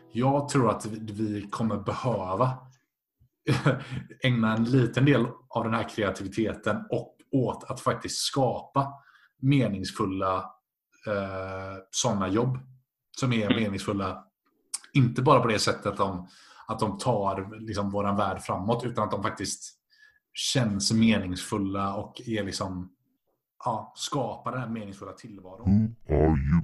Jag tror att vi kommer behöva ägna en liten del av den här kreativiteten och åt att faktiskt skapa meningsfulla sådana jobb som är meningsfulla. Inte bara på det sättet att de tar liksom våran värld framåt, utan att de faktiskt känns meningsfulla och är liksom, skapar den här meningsfulla tillvaron. Who are you?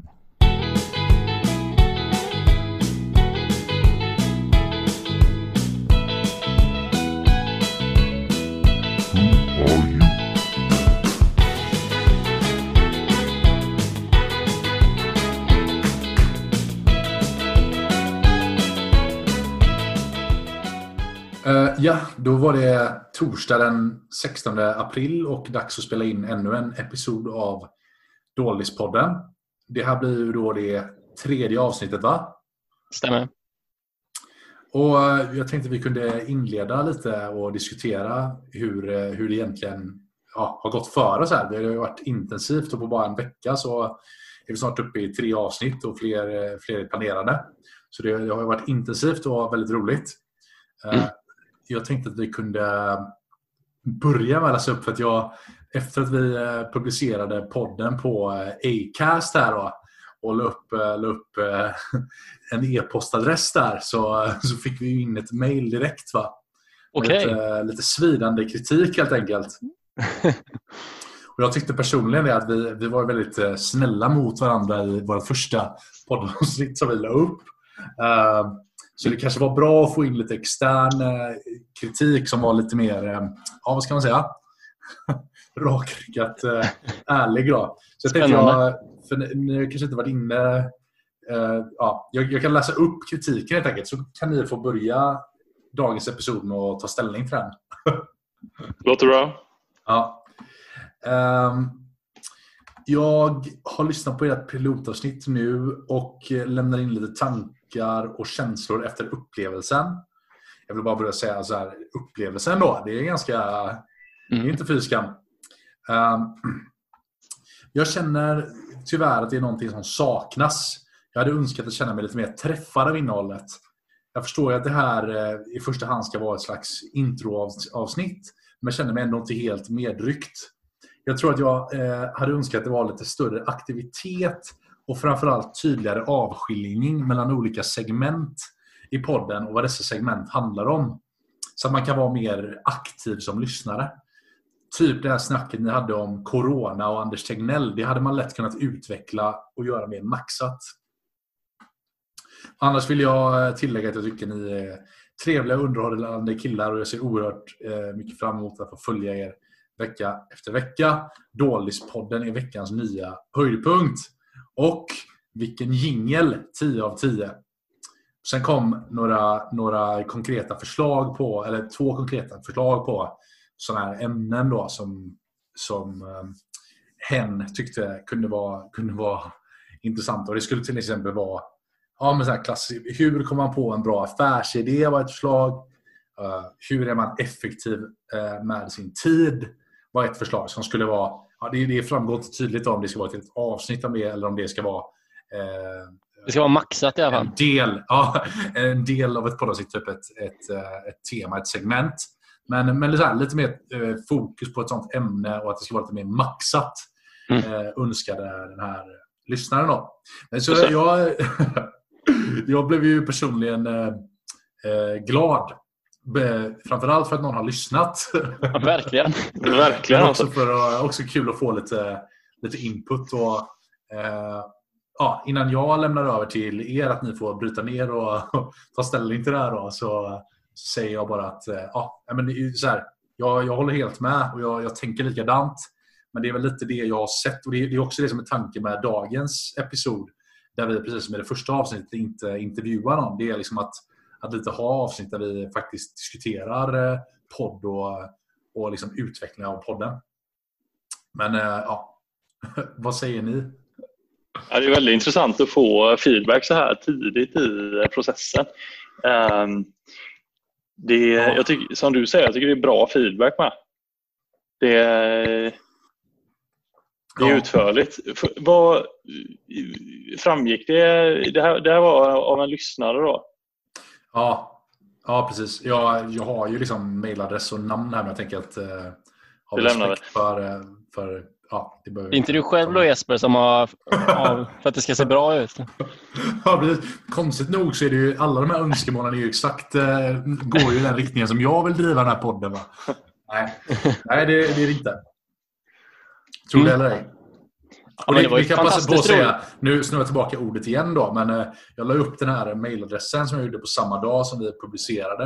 Ja, då var det torsdag den 16 april och dags att spela in ännu en episod av Dålispodden. Det här blir ju då det 3:e avsnittet, va? Stämmer. Och jag tänkte vi kunde inleda lite och diskutera hur det egentligen har gått för oss här. Det har ju varit intensivt och på bara en vecka så är vi snart uppe i 3 avsnitt och fler planerade. Så det har varit intensivt och väldigt roligt. Jag tänkte att vi kunde börja med att läsa upp, för att efter att vi publicerade podden på Acast här då, och la upp en e-postadress där, så fick vi in ett mail direkt, va? Okay. Lite svidande kritik helt enkelt. Och jag tyckte personligen att vi var väldigt snälla mot varandra i vårt första poddavsnitt som vi la upp. Så det kanske var bra att få in lite extern kritik som var lite mer, vad ska man säga, rakryggat ärlig då. Så jag tänkte för ni kanske inte varit inne, jag kan läsa upp kritiken helt enkelt, så kan ni få börja dagens episod med att ta ställning till den. Låter bra. Ja. Jag har lyssnat på ert pilotavsnitt nu och lämnar in lite tankar och känslor efter upplevelsen. Jag vill bara börja säga så här, upplevelsen då, det är ganska, det är inte fyskam. Jag känner tyvärr att det är någonting som saknas. Jag hade önskat att känna mig lite mer träffad av innehållet. Jag förstår ju att det här i första hand ska vara ett slags introavsnitt, men jag känner mig ändå inte helt medryckt. Jag tror att jag hade önskat att det var lite större aktivitet och framförallt tydligare avskiljning mellan olika segment i podden och vad dessa segment handlar om. Så att man kan vara mer aktiv som lyssnare. Typ det här snacket ni hade om corona och Anders Tegnell, det hade man lätt kunnat utveckla och göra mer maxat. Annars vill jag tillägga att jag tycker ni är trevliga och underhållande killar och jag ser oerhört mycket fram emot att få följa er vecka efter vecka. Dålispodden är veckans nya höjdpunkt. Och vilken jingle, 10 av 10. Sen kom några konkreta förslag på, eller 2 konkreta förslag på sådana här ämnen då som hen tyckte kunde vara intressant. Och det skulle till exempel vara men så här klassiskt, hur kommer man på en bra affärsidé var ett förslag. Hur är man effektiv med sin tid var ett förslag som skulle vara, det framgår inte tydligt om det ska vara ett avsnitt om det eller om det ska vara det ska vara maxat i alla fall. En del av ett poddavsnitt, typ ett tema, ett segment. Men lite mer fokus på ett sånt ämne och att det ska vara lite mer maxat önskade den här lyssnaren då. Men så jag blev ju personligen glad. Framförallt för att någon har lyssnat. Ja, verkligen. Verkligen. Också kul att få lite input och innan jag lämnar över till er att ni får bryta ner och ta ställning till det här då, så säger jag bara att men det är så här, jag håller helt med och jag tänker likadant, men det är väl lite det jag har sett och det är också det som är tanken med dagens episod, där vi precis som i det första avsnittet inte intervjuar någon. Det är liksom att lite ha avsnitt där vi faktiskt diskuterar podd och liksom utveckling av podden. Men vad säger ni? Ja, det är väldigt intressant att få feedback så här tidigt i processen. Jag tycker, som du säger, jag tycker det är bra feedback med. Det är utförligt. Vad framgick det här var av en lyssnare då? Ja, precis. Jag har ju liksom mailadress och namn här, men jag tänker att ha respekt för det behöver. Är inte du själv då, Jesper, som har för att det ska se bra ut? Ja, precis. Konstigt nog så är det ju alla de här önskemålen är ju exakt går ju i den riktningen som jag vill driva den här podden, va? Nej, det är det inte. Tror det eller ej? Och vi kan passa på att säga, nu snurrar jag tillbaka ordet igen då, men jag la upp den här mailadressen som jag gjorde på samma dag som vi publicerade,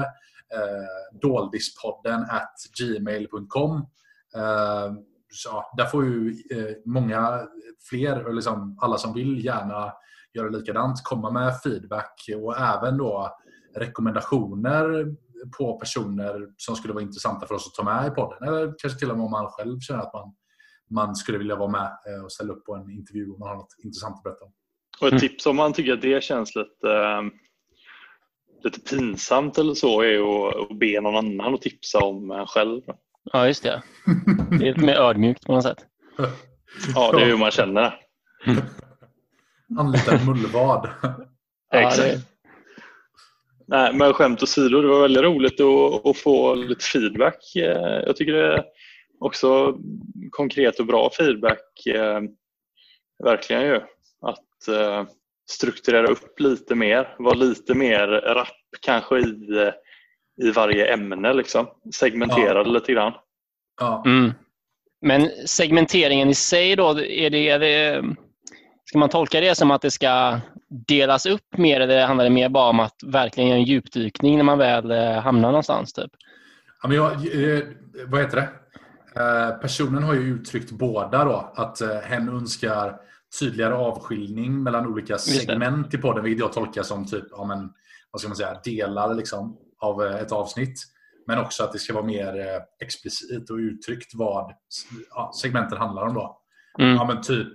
doldispodden@gmail.com. Så där får ju många fler, liksom alla som vill gärna göra likadant, komma med feedback och även då rekommendationer på personer som skulle vara intressanta för oss att ta med i podden, eller kanske till och med om man själv känner att man skulle vilja vara med och ställa upp på en intervju om man har något intressant att berätta om. Och ett tips om man tycker att det känns lite pinsamt eller så är att be någon annan att tipsa om en själv. Ja, just det. Det är lite mer ödmjukt på något sätt. Ja, det är hur man känner. Anlita mullvad. Exakt. Nej, men skämt åsido, det var väldigt roligt att få lite feedback. Jag tycker det är också konkret och bra feedback. Verkligen ju. Att strukturera upp lite mer. Vara lite mer rapp kanske i varje ämne. Liksom. Segmentera det lite grann. Ja. Mm. Men segmenteringen i sig då, ska man tolka det som att det ska delas upp mer, eller handlar det mer bara om att verkligen göra en djupdykning när man väl hamnar någonstans typ? Ja, men vad heter det? Personen har ju uttryckt båda då, att hen önskar tydligare avskiljning mellan olika segment i podden, vilket jag tolkar som typ, vad ska man säga, delar liksom av ett avsnitt. Men också att det ska vara mer explicit och uttryckt vad segmenten handlar om då. Ja, men typ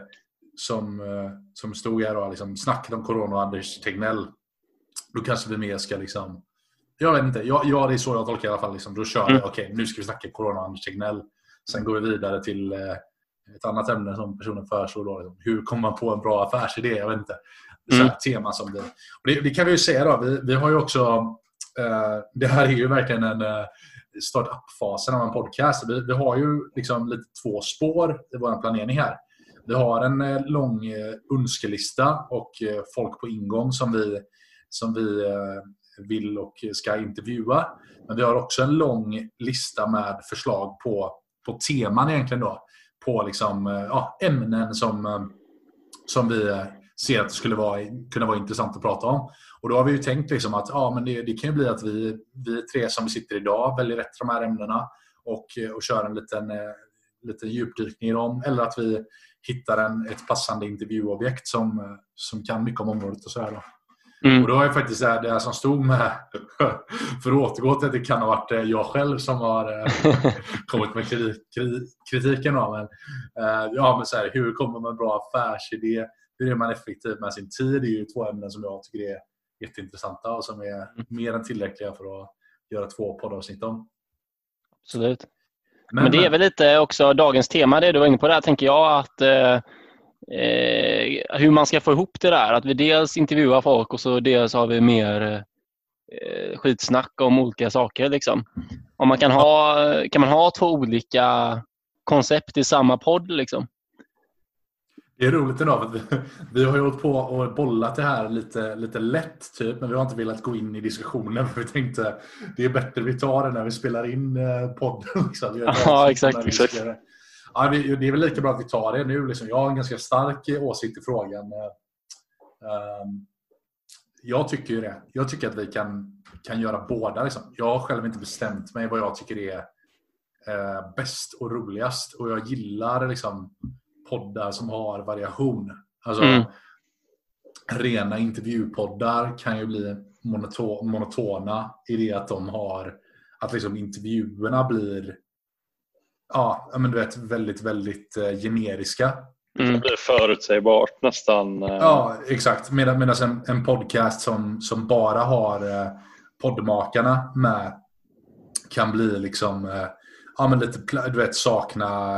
som stod här då, liksom, snacket om corona och Anders Tegnell. Då kanske vi mer ska liksom, jag vet inte, det är så jag tolkar i alla fall liksom. Då kör vi, okej, nu ska vi snacka corona och Anders Tegnell. Sen går vi vidare till ett annat ämne som personen föreslår då, liksom. Hur kommer man på en bra affärsidé? Jag vet inte. Så här tema som det. Och det kan vi ju säga då, vi har ju också det här är ju verkligen en startup-fasen av en podcast. Vi har ju liksom lite två spår i vår planering här. Vi har en lång önskelista och folk på ingång som vi vill och ska intervjua. Men vi har också en lång lista med förslag på teman egentligen då. På liksom, ämnen som vi ser att det skulle kunna vara intressant att prata om. Och då har vi ju tänkt liksom att men det kan ju bli att vi tre som sitter idag väljer rätt de här ämnena och kör en liten djupdykning i dem. Eller att vi hittar ett passande intervjuobjekt som kan mycket om området och så här då. Och då är faktiskt det här som stod med, för att återgå till att det kan ha varit jag själv som har kommit med kritiken då. Men så här, hur kommer man en bra affärsidé? Hur är man effektiv med sin tid? Det är ju två ämnen som jag tycker är jätteintressanta och som är mer än tillräckliga för att göra 2 poddavsnitt om. Absolut. Men det är väl lite också dagens tema, det du var inne på där, tänker jag, att hur man ska få ihop det där. Att vi dels intervjuar folk och så dels har vi mer skitsnack om olika saker. Liksom. Om man kan man ha 2 olika koncept i samma podd liksom? Det är roligt ändå för att vi har ju hållit på och bollat det här lite lätt typ, men vi har inte velat gå in i diskussionen för vi tänkte det är bättre vi tar det när vi spelar in podden. Liksom. Ja, exakt. Ja, det är väl lika bra att vi tar det nu. Liksom. Jag har en ganska stark åsikt i frågan. Jag tycker ju det. Jag tycker att vi kan göra båda. Liksom. Jag har själv inte bestämt mig vad jag tycker är bäst och roligast. Och jag gillar liksom poddar som har variation. Alltså rena intervjupoddar kan ju bli monotona i det att de har att liksom intervjuerna blir men du vet väldigt väldigt generiska. Det blir förutsägbart nästan. Ja, exakt. Medan en podcast som bara har poddmakarna med kan bli liksom men lite du vet sakna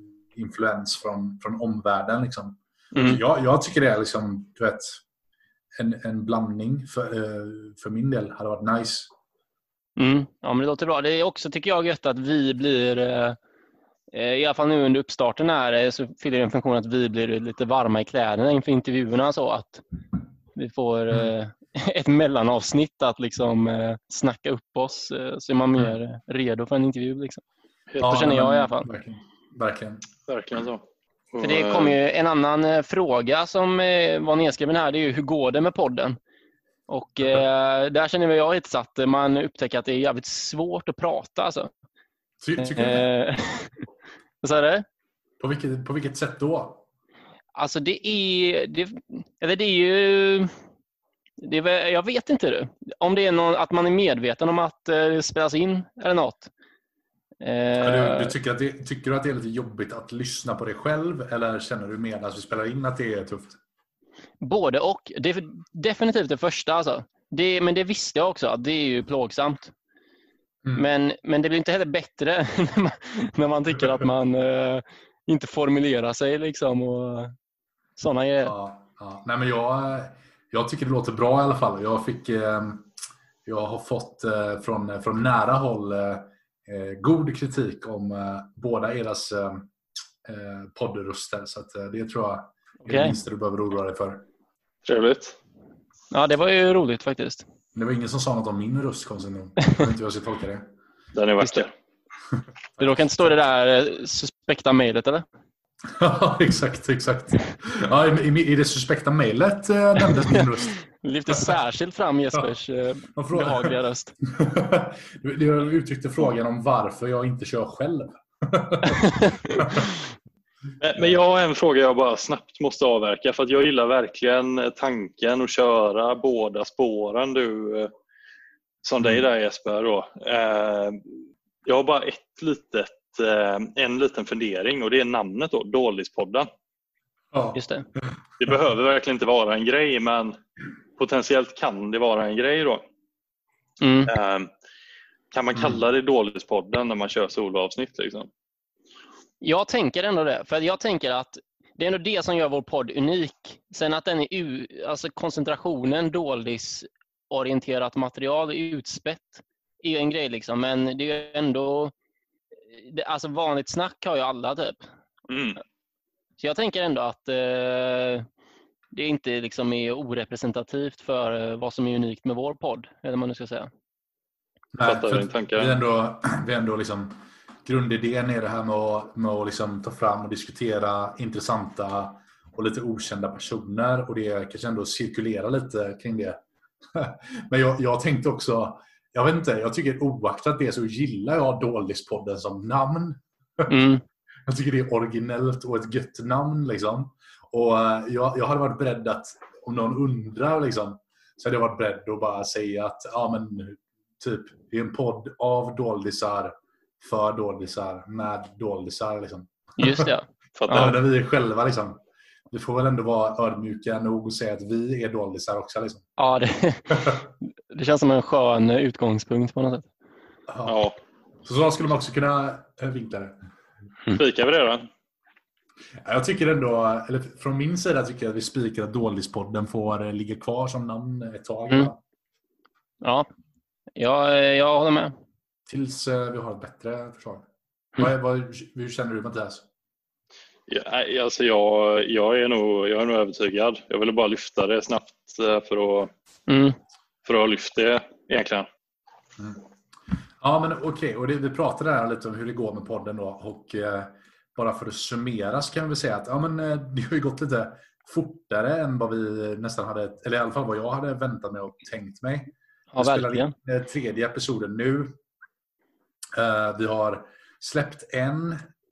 influens från omvärlden liksom. Jag tycker det är liksom du vet en blandning för min del hade varit nice. Ja, men det låter bra. Det är också, tycker jag, gött att vi blir, i alla fall nu under uppstarten här, så fyller det en funktion att vi blir lite varma i kläderna inför intervjuerna, så att vi får ett mellanavsnitt att liksom snacka upp oss, så är man mer redo för en intervju liksom. Ja, så känner jag i alla fall. Verkligen så. För det kommer ju en annan fråga som var nedskriven här, det är ju hur går det med podden? Och där känner jag lite att man upptäcker att det är jävligt svårt att prata alltså. Tycker du? Vad sa du? På vilket sätt då? Alltså det är ju... jag vet inte det. Om det är att man är medveten om att det spelas in eller något. Du tycker du att det är lite jobbigt att lyssna på dig själv, eller känner du med att vi spelar in att det är tufft? Både och. Det är definitivt det första alltså. Men det visste jag också, att det är ju plågsamt. Men det blir inte heller bättre när man tycker att man inte formulerar sig liksom och sådana grejer. Ja. Nej, men jag tycker det låter bra i alla fall. Jag har fått från nära håll god kritik om båda eras poddröster, så att det tror jag är det minsta du behöver oroa dig för. Trevligt. Ja, det var ju roligt faktiskt. Det var ingen som sa något om min röst, konstigt nog. Jag vet inte hur jag ska tolka det. Den är vacker. Det råkar inte stå i det där suspekta mejlet, eller? Ja, exakt. Ja, i det suspekta mejlet nämndes min röst. Lyfte särskilt fram Jespers behagliga röst. Du uttryckte frågan om varför jag inte kör själv. Men jag har en fråga jag bara snabbt måste avverka, för att jag gillar verkligen tanken att köra båda spåren som dig där, Jesper då. Jag har bara en liten fundering, och det är namnet då, Dålispodden. Ja. Just det. Det behöver verkligen inte vara en grej, men potentiellt kan det vara en grej då. Kan man kalla det Dålispodden när man kör soloavsnitt liksom? Jag tänker ändå det. För jag tänker att det är ändå det som gör vår podd unik. Sen att den är alltså koncentrationen, dålisorienterat material, utspätt är ju en grej liksom. Men det är ju ändå... Alltså vanligt snack har ju alla typ. Så jag tänker ändå att det inte liksom är orepresentativt för vad som är unikt med vår podd. Eller vad man nu ska säga. Nej, vi är ändå liksom... Grundidén är det här med att liksom ta fram och diskutera intressanta och lite okända personer, och det kanske ändå cirkulera lite kring det. Men jag tänkte också, jag vet inte, jag tycker oaktat det så gillar jag Dålispodden som namn. Jag tycker det är originellt och ett gött namn liksom. Och jag hade varit beredd att, om någon undrar liksom, så hade jag varit beredd att bara säga att typ, det är en podd av dålisar för dålisar med dålisar liksom. Just det. Där vi är själva liksom. Vi får väl ändå vara ödmjuka nog och säga att vi är dålisar också liksom. Ja, det känns som en skön utgångspunkt på något sätt. Ja. Så skulle man också kunna vinkla det. Spikar vi det då? Jag tycker ändå, eller från min sida tycker jag att vi spikar att Dålispodden får ligga kvar som namn ett tag. Ja, jag håller med. Tills vi har ett bättre förslag. Hur känner du, Mattias? Ja, alltså jag är nog övertygad. Jag ville bara lyfta det snabbt för att lyfta det egentligen. Ja, men okej. Och vi pratade där lite om hur det går med podden då. Och bara för att summera så kan vi säga att det har ju gått lite fortare än vad vi nästan hade, eller i alla fall vad jag hade väntat mig och tänkt mig. Ja, verkligen. Vi spelar in 3:e episoden nu. Vi har släppt en.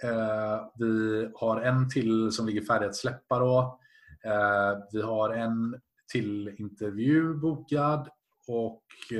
Vi har en till som ligger färdig att släppa då. Vi har en till intervju bokad och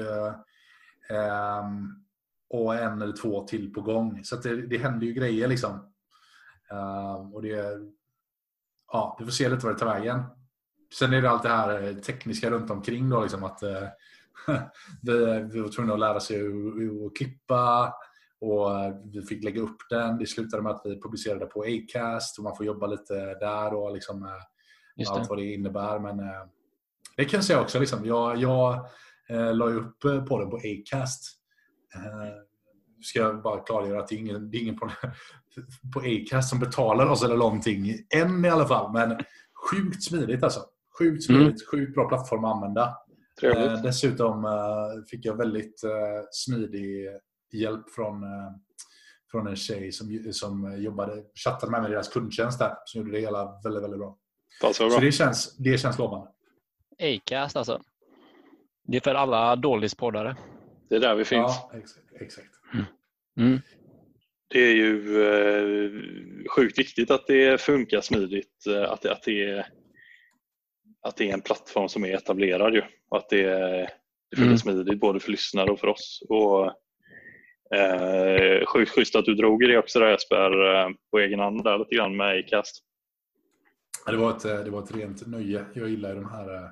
en eller två till på gång. Så att det händer ju grejer liksom. Och det, vi får se lite vad det tar vägen. Sen är det allt det här tekniska runt omkring då liksom, att vi var tvungna att lära sig att klippa, och vi fick lägga upp den. Det slutade med att vi publicerade på Acast och man får jobba lite där och liksom allt vad det innebär. Men Det kan jag säga också. Liksom. Jag la ju upp podden på Acast. Ska jag bara klargöra att det är ingen på Acast som betalar oss eller någonting. Än i alla fall. Men sjukt smidigt alltså. Sjukt smidigt. Sjukt bra plattform att använda. Dessutom fick jag väldigt smidig hjälp från en tjej som chattade med mig i deras kundtjänst där. Som gjorde det hela väldigt, väldigt bra. Så det känns lovande. Acast alltså. Det är för alla dålispoddare. Det är där vi finns. Ja, exakt. Det är ju sjukt viktigt att det funkar smidigt. Att det är en plattform som är etablerad ju. Och att det funkar smidigt både för lyssnare och för oss. Och sjukt schysst att du drog i det också där, Jesper, på egen hand där lite grann med Acast. Det var ett rent nöje. Jag gillar ju de här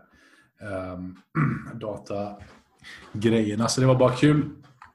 datagrejerna, så det var bara kul.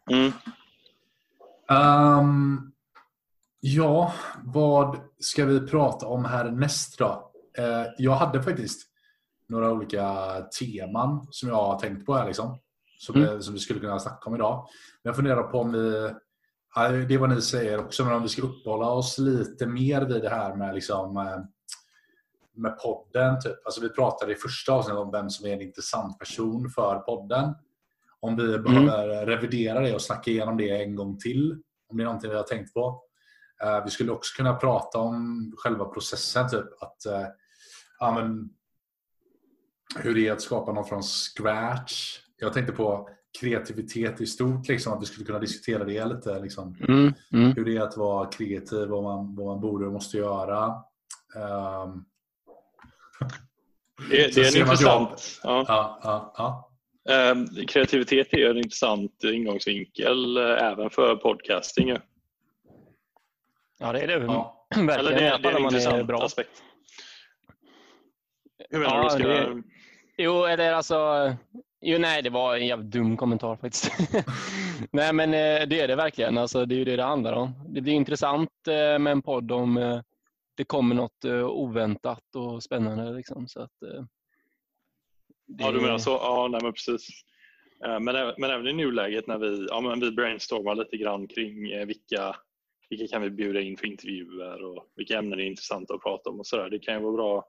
Ja, vad ska vi prata om här näst då? Jag hade faktiskt några olika teman som jag har tänkt på här liksom. Som vi skulle kunna snacka om idag. Men jag funderar på om det är vad ni säger också, men om vi ska uppehålla oss lite mer vid det här med liksom med podden typ. Alltså vi pratade i första avsnittet om vem som är en intressant person för podden. Om vi behöver revidera det och snacka igenom det en gång till. Om det är någonting vi har tänkt på. Vi skulle också kunna prata om själva processen typ. Hur det är att skapa något från scratch. Jag tänkte på kreativitet i stort liksom, att vi skulle kunna diskutera det lite liksom. Hur det är att vara kreativ, vad man borde och måste göra. Det är en intressant. Ja. Kreativitet är en intressant ingångsvinkel även för podcasting. Ja, det är det. Ja. Eller det är en intressant bra aspekt. Hur menar du? Det var en jävligt dum kommentar faktiskt. Nej, men det är det verkligen. Alltså, det är ju det handlar om. Det blir intressant med en podd om det kommer något oväntat och spännande liksom, så att Ja, du menar så? Ja, nej, men precis. Men även i nuläget när vi brainstormar lite grann kring vilka kan vi bjuda in för intervjuer och vilka ämnen är intressanta att prata om och sådär. Det kan ju vara bra.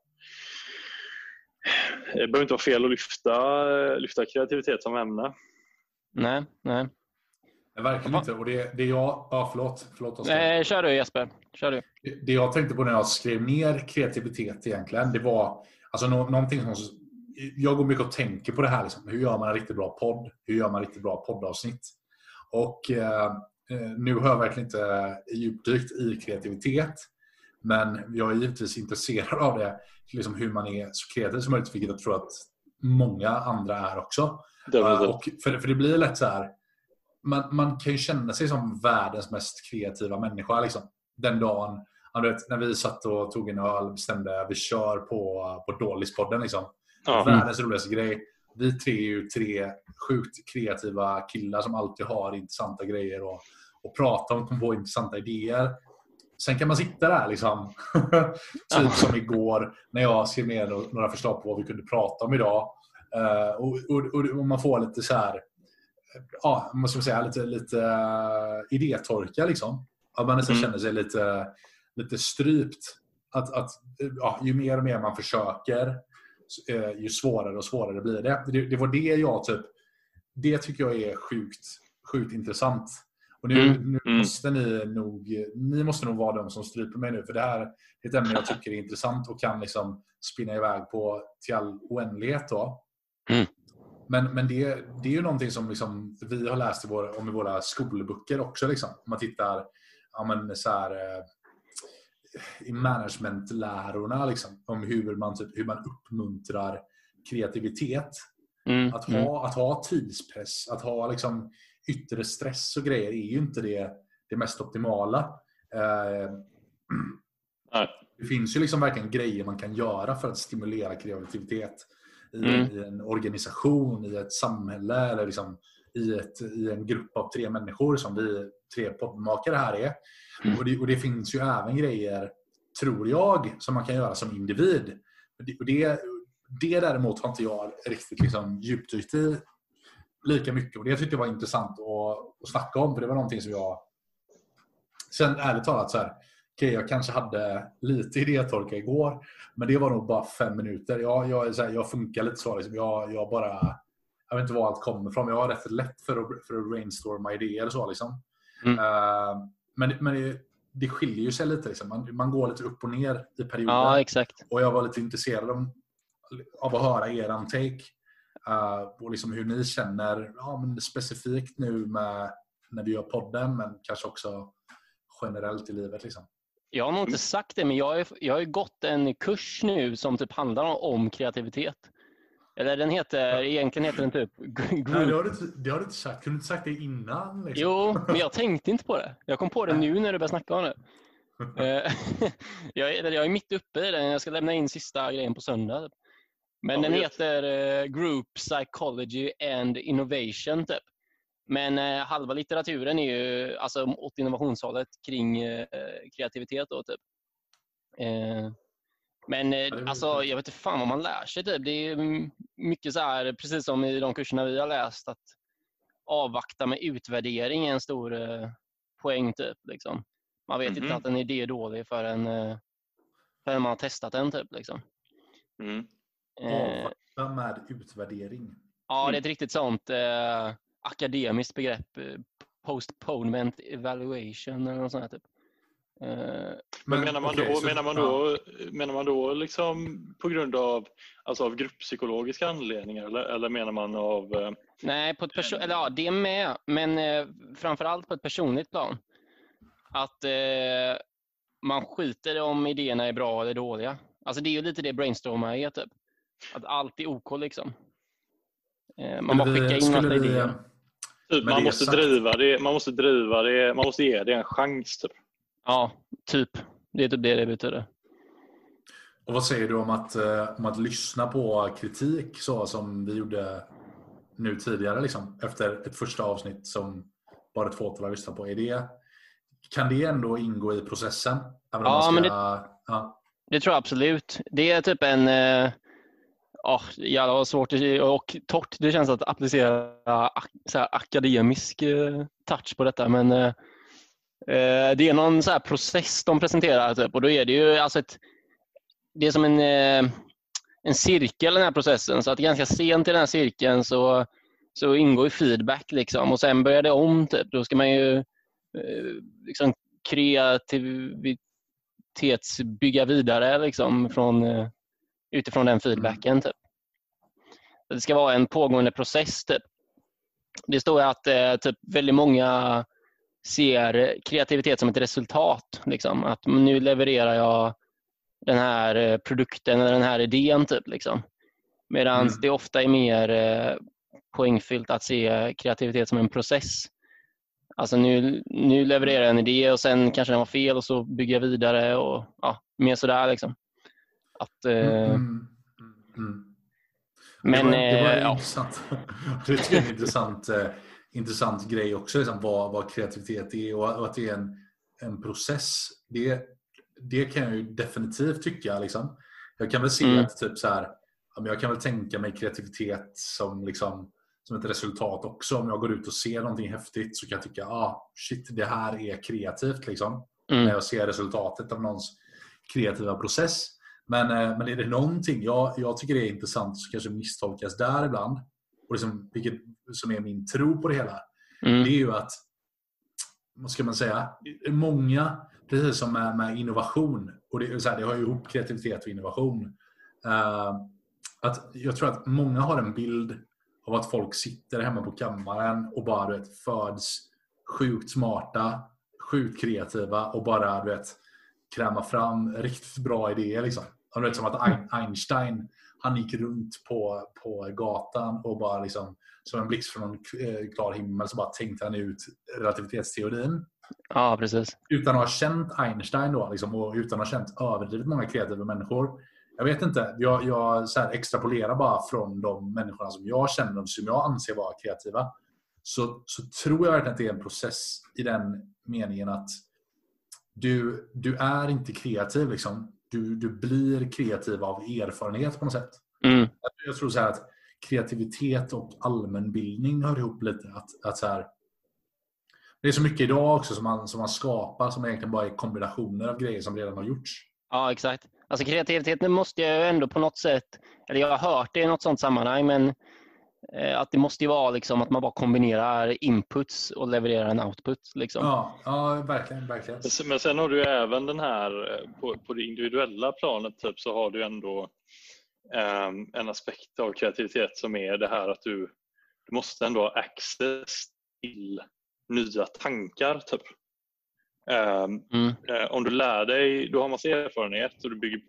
Det behöver inte vara fel att lyfta kreativitet som ämne. Nej. Verkligen inte. Och det jag... förlåt Oskar. Nej, kör du Jesper. Kör du. Det jag tänkte på när jag skrev ner kreativitet egentligen, det var alltså någonting som... Jag går mycket och tänker på det här. Liksom. Hur gör man en riktigt bra podd? Hur gör man riktigt bra poddavsnitt? Och nu har jag verkligen inte djupdykt i kreativitet. Men jag är givetvis intresserad av det. Liksom hur man är så kreativ som möjligt. Vilket jag tror att många andra är också. Och för det blir lätt så här. Man kan ju känna sig som världens mest kreativa människa. Liksom. Den dagen, när vi satt och tog en öl och bestämde vi kör på Dålispodden. Liksom. Världens roligaste grej. Vi tre är ju 3 sjukt kreativa killar som alltid har intressanta grejer och prata om, komma på intressanta idéer. Sen kan man sitta där liksom. Typ som igår när jag skrev ner några förslag på vad vi kunde prata om idag. Och man får lite så här, måste man säga, lite idétorka liksom. Att man nästan känner sig lite strypt. Ju mer och mer man försöker, ju svårare och svårare blir det. Det var det det tycker jag är sjukt intressant. Och nu måste ni måste nog vara de som stryper mig nu, för det här är ett ämne jag tycker är intressant och kan liksom spinna iväg på till all oändlighet då. Men det är ju någonting som liksom vi har läst i våra skolböcker också liksom. Om man tittar i managementlärorna liksom, om hur man uppmuntrar kreativitet. Att ha tidspress, att ha liksom yttre stress och grejer är ju inte det mest optimala. Det finns ju liksom verkligen grejer man kan göra för att stimulera kreativitet i en organisation, i ett samhälle eller liksom i en grupp av 3 människor som vi 3 poddmakare här är. Och det finns ju även grejer, tror jag, som man kan göra som individ. det däremot har inte jag riktigt liksom djupdykt i lika mycket. Och det tyckte jag var intressant att snacka om. För det var någonting som jag sen ärligt talat så här. Okej, jag kanske hade lite idétorka igår. Men det var nog bara 5 minuter. Jag funkar lite så. Liksom. Jag vet inte var allt kommer ifrån. Jag har rätt lätt för att brainstorma idéer och så. Liksom. Men det skiljer ju sig lite. Liksom. Man går lite upp och ner i perioder. Ja, exakt. Och jag var lite intresserad av att höra er take. Och liksom hur ni känner men specifikt nu när vi gör podden. Men kanske också generellt i livet. Liksom. Jag har nog inte sagt det, men jag har gått en kurs nu som typ handlar om kreativitet. Eller egentligen heter den typ Nej, det har du inte sagt. Kunde du inte sagt det innan? Liksom? Jo, men jag tänkte inte på det. Jag kom på det nu när du började snacka om det. Jag är mitt uppe i den. Jag ska lämna in sista grejen på söndag. Men den heter Group Psychology and Innovation typ. Men halva litteraturen är ju alltså åt innovationshållet kring kreativitet då typ. Men alltså jag vet inte fan vad man lär sig typ. Det är mycket så här, precis som i de kurserna vi har läst, att avvakta med utvärdering är en stor poäng typ liksom. Man vet inte att en idé är dålig förrän man har testat den typ liksom. Avvakta med utvärdering. Ja, det är ett riktigt sånt akademiskt begrepp, postponement evaluation eller något sånt här typ. Men menar man då liksom på grund av grupppsykologiska anledningar eller menar man av nej, på ett det är med, men framförallt på ett personligt plan. Att man skiter om idéerna är bra eller dåliga. Alltså det är ju lite det brainstormar är typ. Att allt är OK liksom. Man bara skickar in massa idéer. Man måste driva det, man måste ge det en chans typ. Ja, typ. Det är typ det betyder. Och vad säger du om att lyssna på kritik så som vi gjorde nu tidigare liksom, efter ett första avsnitt som bara ett fåtal har lyssnat på? Kan det ändå ingå i processen? Det tror jag absolut. Det är typ en jävla svårt och torrt. Det känns att applicera så här akademisk touch på detta, men det är någon så här process de presenterar typ, och då är det ju alltså det är som en cirkel den här processen, så att ganska sent i den här cirkeln så ingår ju feedback liksom, och sen börjar det om typ. Då ska man ju liksom kreativitetsbygga vidare liksom utifrån den feedbacken typ. Det ska vara en pågående process typ. Det står att typ väldigt många ser kreativitet som ett resultat liksom, att nu levererar jag den här produkten eller den här idén typ liksom. Medan det ofta är mer poängfyllt att se kreativitet som en process. Alltså nu levererar jag en idé och sen kanske den var fel och så bygger jag vidare och mer sådär liksom. Att men det var intressant. Det tycker jag är en intressant grej också liksom, vad kreativitet är och att det är en process. Det kan jag ju definitivt tycka liksom. Jag kan väl se att typ så här, jag kan väl tänka mig kreativitet som liksom som ett resultat också. Om jag går ut och ser någonting häftigt så kan jag tycka shit, det här är kreativt liksom. När jag ser resultatet av någons kreativa process. Men är det någonting jag tycker det är intressant så kanske misstolkas där ibland, och liksom, vilket som är min tro på det hela, det är ju att, vad ska man säga, många, precis som med innovation, och det har ju ihop kreativitet och innovation, att jag tror att många har en bild av att folk sitter hemma på kammaren och bara föds sjukt smarta, sjukt kreativa och bara kräma fram riktigt bra idéer liksom. Som att Einstein, han gick runt på gatan och bara liksom, som en blixt från en klar himmel så bara tänkte han ut relativitetsteorin. Ja, precis. Utan att ha känt Einstein då liksom, och utan att ha känt överdrivet många kreativa människor. Jag vet inte, jag så här extrapolerar bara från de människorna som jag känner, som jag anser vara kreativa. Så tror jag verkligen att det är en process i den meningen att du är inte kreativ liksom. Du blir kreativ av erfarenhet på något sätt. Jag tror så här att kreativitet och allmänbildning hör ihop lite. Att så här, det är så mycket idag också som man skapar som egentligen bara är kombinationer av grejer som redan har gjorts. Ja, exakt. Alltså kreativiteten måste jag ändå på något sätt, eller jag har hört det i något sånt sammanhang, men att det måste ju vara liksom att man bara kombinerar inputs och levererar en output. Liksom. Ja, verkligen. Men sen har du även den här, på det individuella planet typ, så har du ändå en aspekt av kreativitet som är det här att du måste ändå ha access till nya tankar typ. Om du lär dig, du har massa erfarenhet och du bygger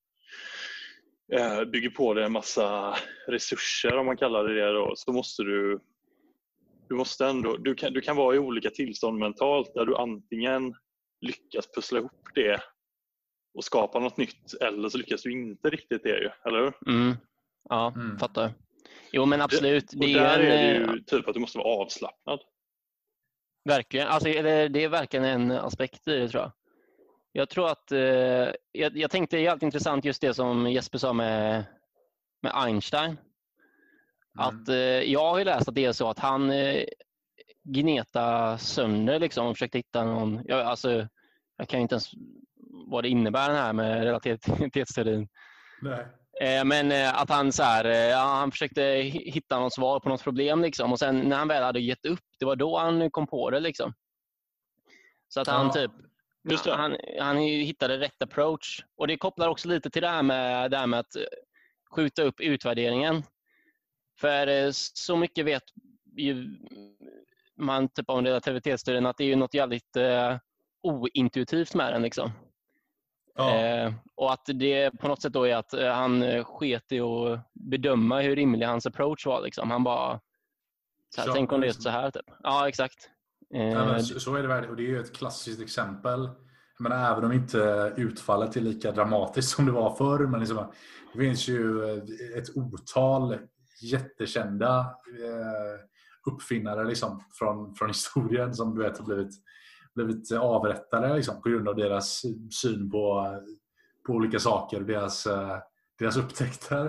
på det en massa resurser om man kallar det då, så måste du måste ändå, du kan vara i olika tillstånd mentalt där du antingen lyckas pussla ihop det och skapa något nytt, eller så lyckas du inte riktigt det ju, eller hur? Fattar. Jo, men absolut. Och där är det ju typ att du måste vara avslappnad. Verkligen. Alltså, det är verkligen en aspekt i det, tror jag. Jag tror att jag tänkte det är alltid intressant just det som Jesper sa med Einstein. Att jag har ju läst att det är så att han gneta sönder liksom och försökte hitta någon. Jag kan ju inte ens vad det innebär den här med relativitetsteorin. Nej. Men att han så här, han försökte hitta något svar på något problem liksom, och sen när han väl hade gett upp, det var då han kom på det liksom. Så att han typ han hittade rätt approach, och det kopplar också lite till det här med att skjuta upp utvärderingen. För så mycket vet ju man typ om relativitetsteorin att det är ju något jävligt ointuitivt med den liksom. Och att det på något sätt då är att han sket i att bedöma hur rimlig hans approach var liksom. Han bara tänk om det är så här typ. Ja, exakt. Så är det verkligen, och det är ju ett klassiskt exempel. Jag menar, även om inte utfallet är lika dramatiskt som det var förr, men liksom, det finns ju ett otal jättekända uppfinnare liksom, från historien som du vet har blivit avrättade liksom, på grund av deras syn på olika saker och deras upptäckter.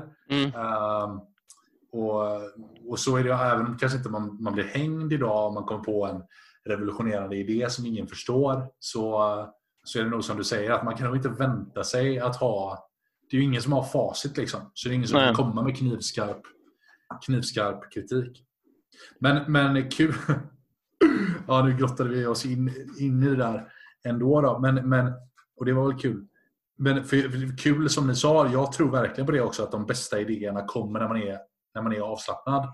Och så är det även kanske inte man blir hängd idag om man kommer på en revolutionerande idé som ingen förstår, så är det nog som du säger att man kan nog inte vänta sig att ha, det är ju ingen som har facit liksom, så det är ingen som kan komma med knivskarp kritik. Men kul. Ja, nu grottade vi oss in i det där ändå då. Men och det var väl kul. Men för kul som ni sa, jag tror verkligen på det också, att de bästa idéerna kommer när man är avslappnad.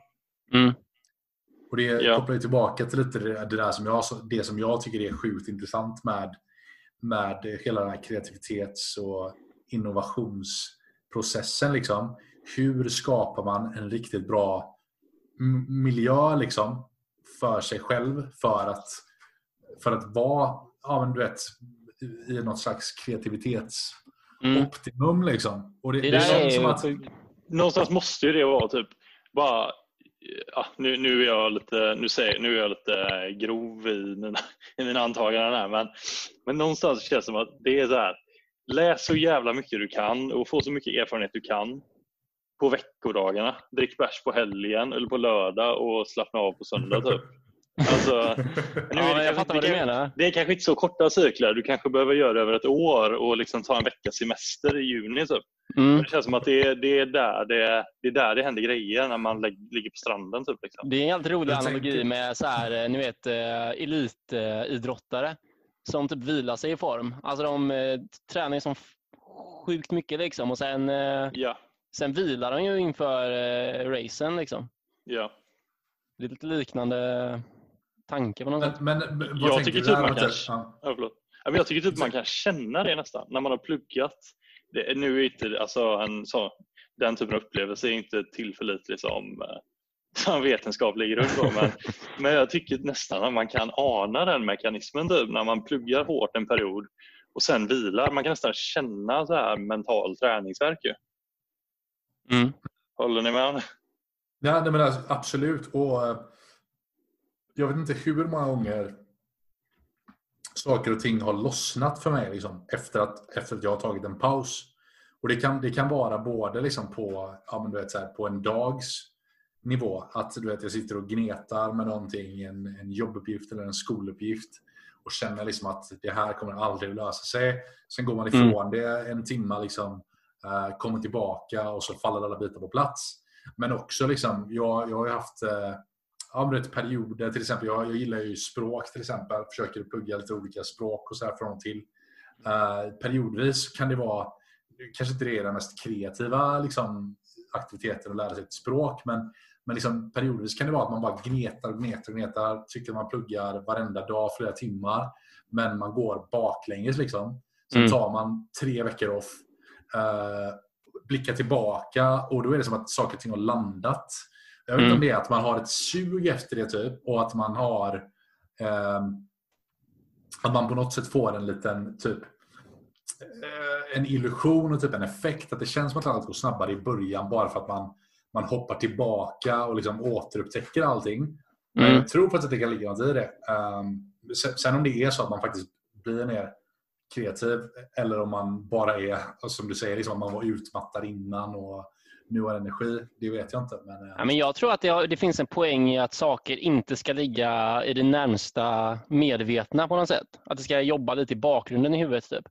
Och det kopplar ju tillbaka till lite det där som jag tycker är sjukt intressant med hela den här kreativitets- och innovationsprocessen liksom. Hur skapar man en riktigt bra miljö liksom för sig själv för att vara du vet, i något slags kreativitetsoptimum liksom. Och det känns som att någonstans måste ju det vara typ bara nu är jag lite grov i mina antaganden här, men någonstans känns det som att det är så här: läs så jävla mycket du kan och få så mycket erfarenhet du kan på veckodagarna. Drick bärs på helgen eller på lördag och slappna av på söndag typ. Alltså, jag fattar vad du menar. Det är kanske inte så korta cykler. Du kanske behöver göra det över ett år och liksom ta en veckas semester i juni typ. Det känns som att det är där det händer grejer när man ligger på stranden typ liksom. Det är en helt rolig analogi med så här, ni vet, elitidrottare som typ vilar sig i form. Alltså de tränar som sjukt mycket liksom, och sen vilar de ju inför racen liksom. Ja. Det är lite liknande tanke på något sätt. Men jag tycker typ jag tycker typ man kan känna det nästan när man har pluggat. Nu är inte den typen av upplevelse är inte tillförlitlig som vetenskaplig grund då, men jag tycker nästan att man kan ana den mekanismen typ, när man pluggar hårt en period och sen vilar. Man kan nästan känna så här mental träningsvärk ju. Håller ni med? Ja, men alltså, absolut. Och jag vet inte hur många gånger saker och ting har lossnat för mig liksom, efter att jag har tagit en paus Och det kan vara både liksom på, men du vet, så här, på en dags nivå. Att du vet, jag sitter och gnetar med någonting, en jobbuppgift eller en skoluppgift. Och känner liksom att det här kommer aldrig lösa sig. Sen går man ifrån det en timme, liksom, kommer tillbaka och så faller alla bitar på plats. Men också liksom, jag har ju haft perioder, till exempel jag gillar ju språk till exempel, försöker plugga lite olika språk och så här från och till. Periodvis kan det vara, kanske inte det är den mest kreativa liksom, aktiviteten att lära sig ett språk, men liksom, periodvis kan det vara att man bara gnetar, tycker man pluggar varenda dag flera timmar, men man går baklänges liksom. Sen tar man 3 veckor off, blickar tillbaka och då är det som att saker och ting har landat. Jag vet inte om det är att man har ett sug efter det typ, och att man har att man på något sätt får en liten typ en illusion och typ en effekt, att det känns som att allt går snabbare i början bara för att man hoppar tillbaka och liksom återupptäcker allting. Men jag tror på att det kan ligga något i det. Sen om det är så att man faktiskt blir mer kreativ, eller om man bara är, som du säger, liksom, man var utmattad innan och nu har energi, det vet jag inte. Men jag tror att det finns en poäng i att saker inte ska ligga i det närmsta medvetna på något sätt. Att det ska jobba lite i bakgrunden i huvudet typ.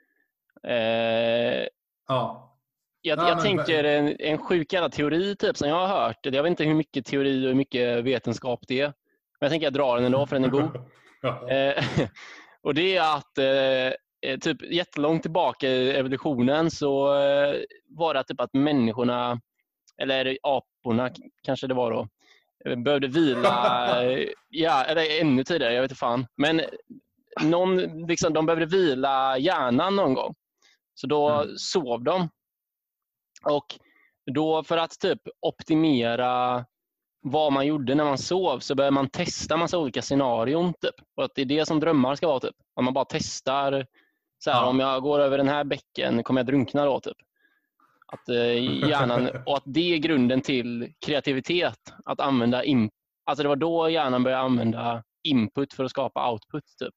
Jag tänker en sjuk jävla teori typ som jag har hört. Jag vet inte hur mycket teori och hur mycket vetenskap det är. Men jag tänker att jag drar den ändå för den är god. Och det är att typ jättelångt tillbaka i evolutionen så var det typ att människorna, eller aporna kanske det var då, behövde vila eller ännu tidigare, jag vet inte fan. Men liksom, de behövde vila hjärnan någon gång. Så då sov de. Och då för att typ optimera vad man gjorde när man sov så började man testa massa olika scenarion typ. Och att det är det som drömmar ska vara typ. Att man bara testar så här, om jag går över den här bäcken kommer jag drunkna då typ. Att hjärnan, och att det är grunden till kreativitet, att använda alltså det var då hjärnan började använda input för att skapa output typ.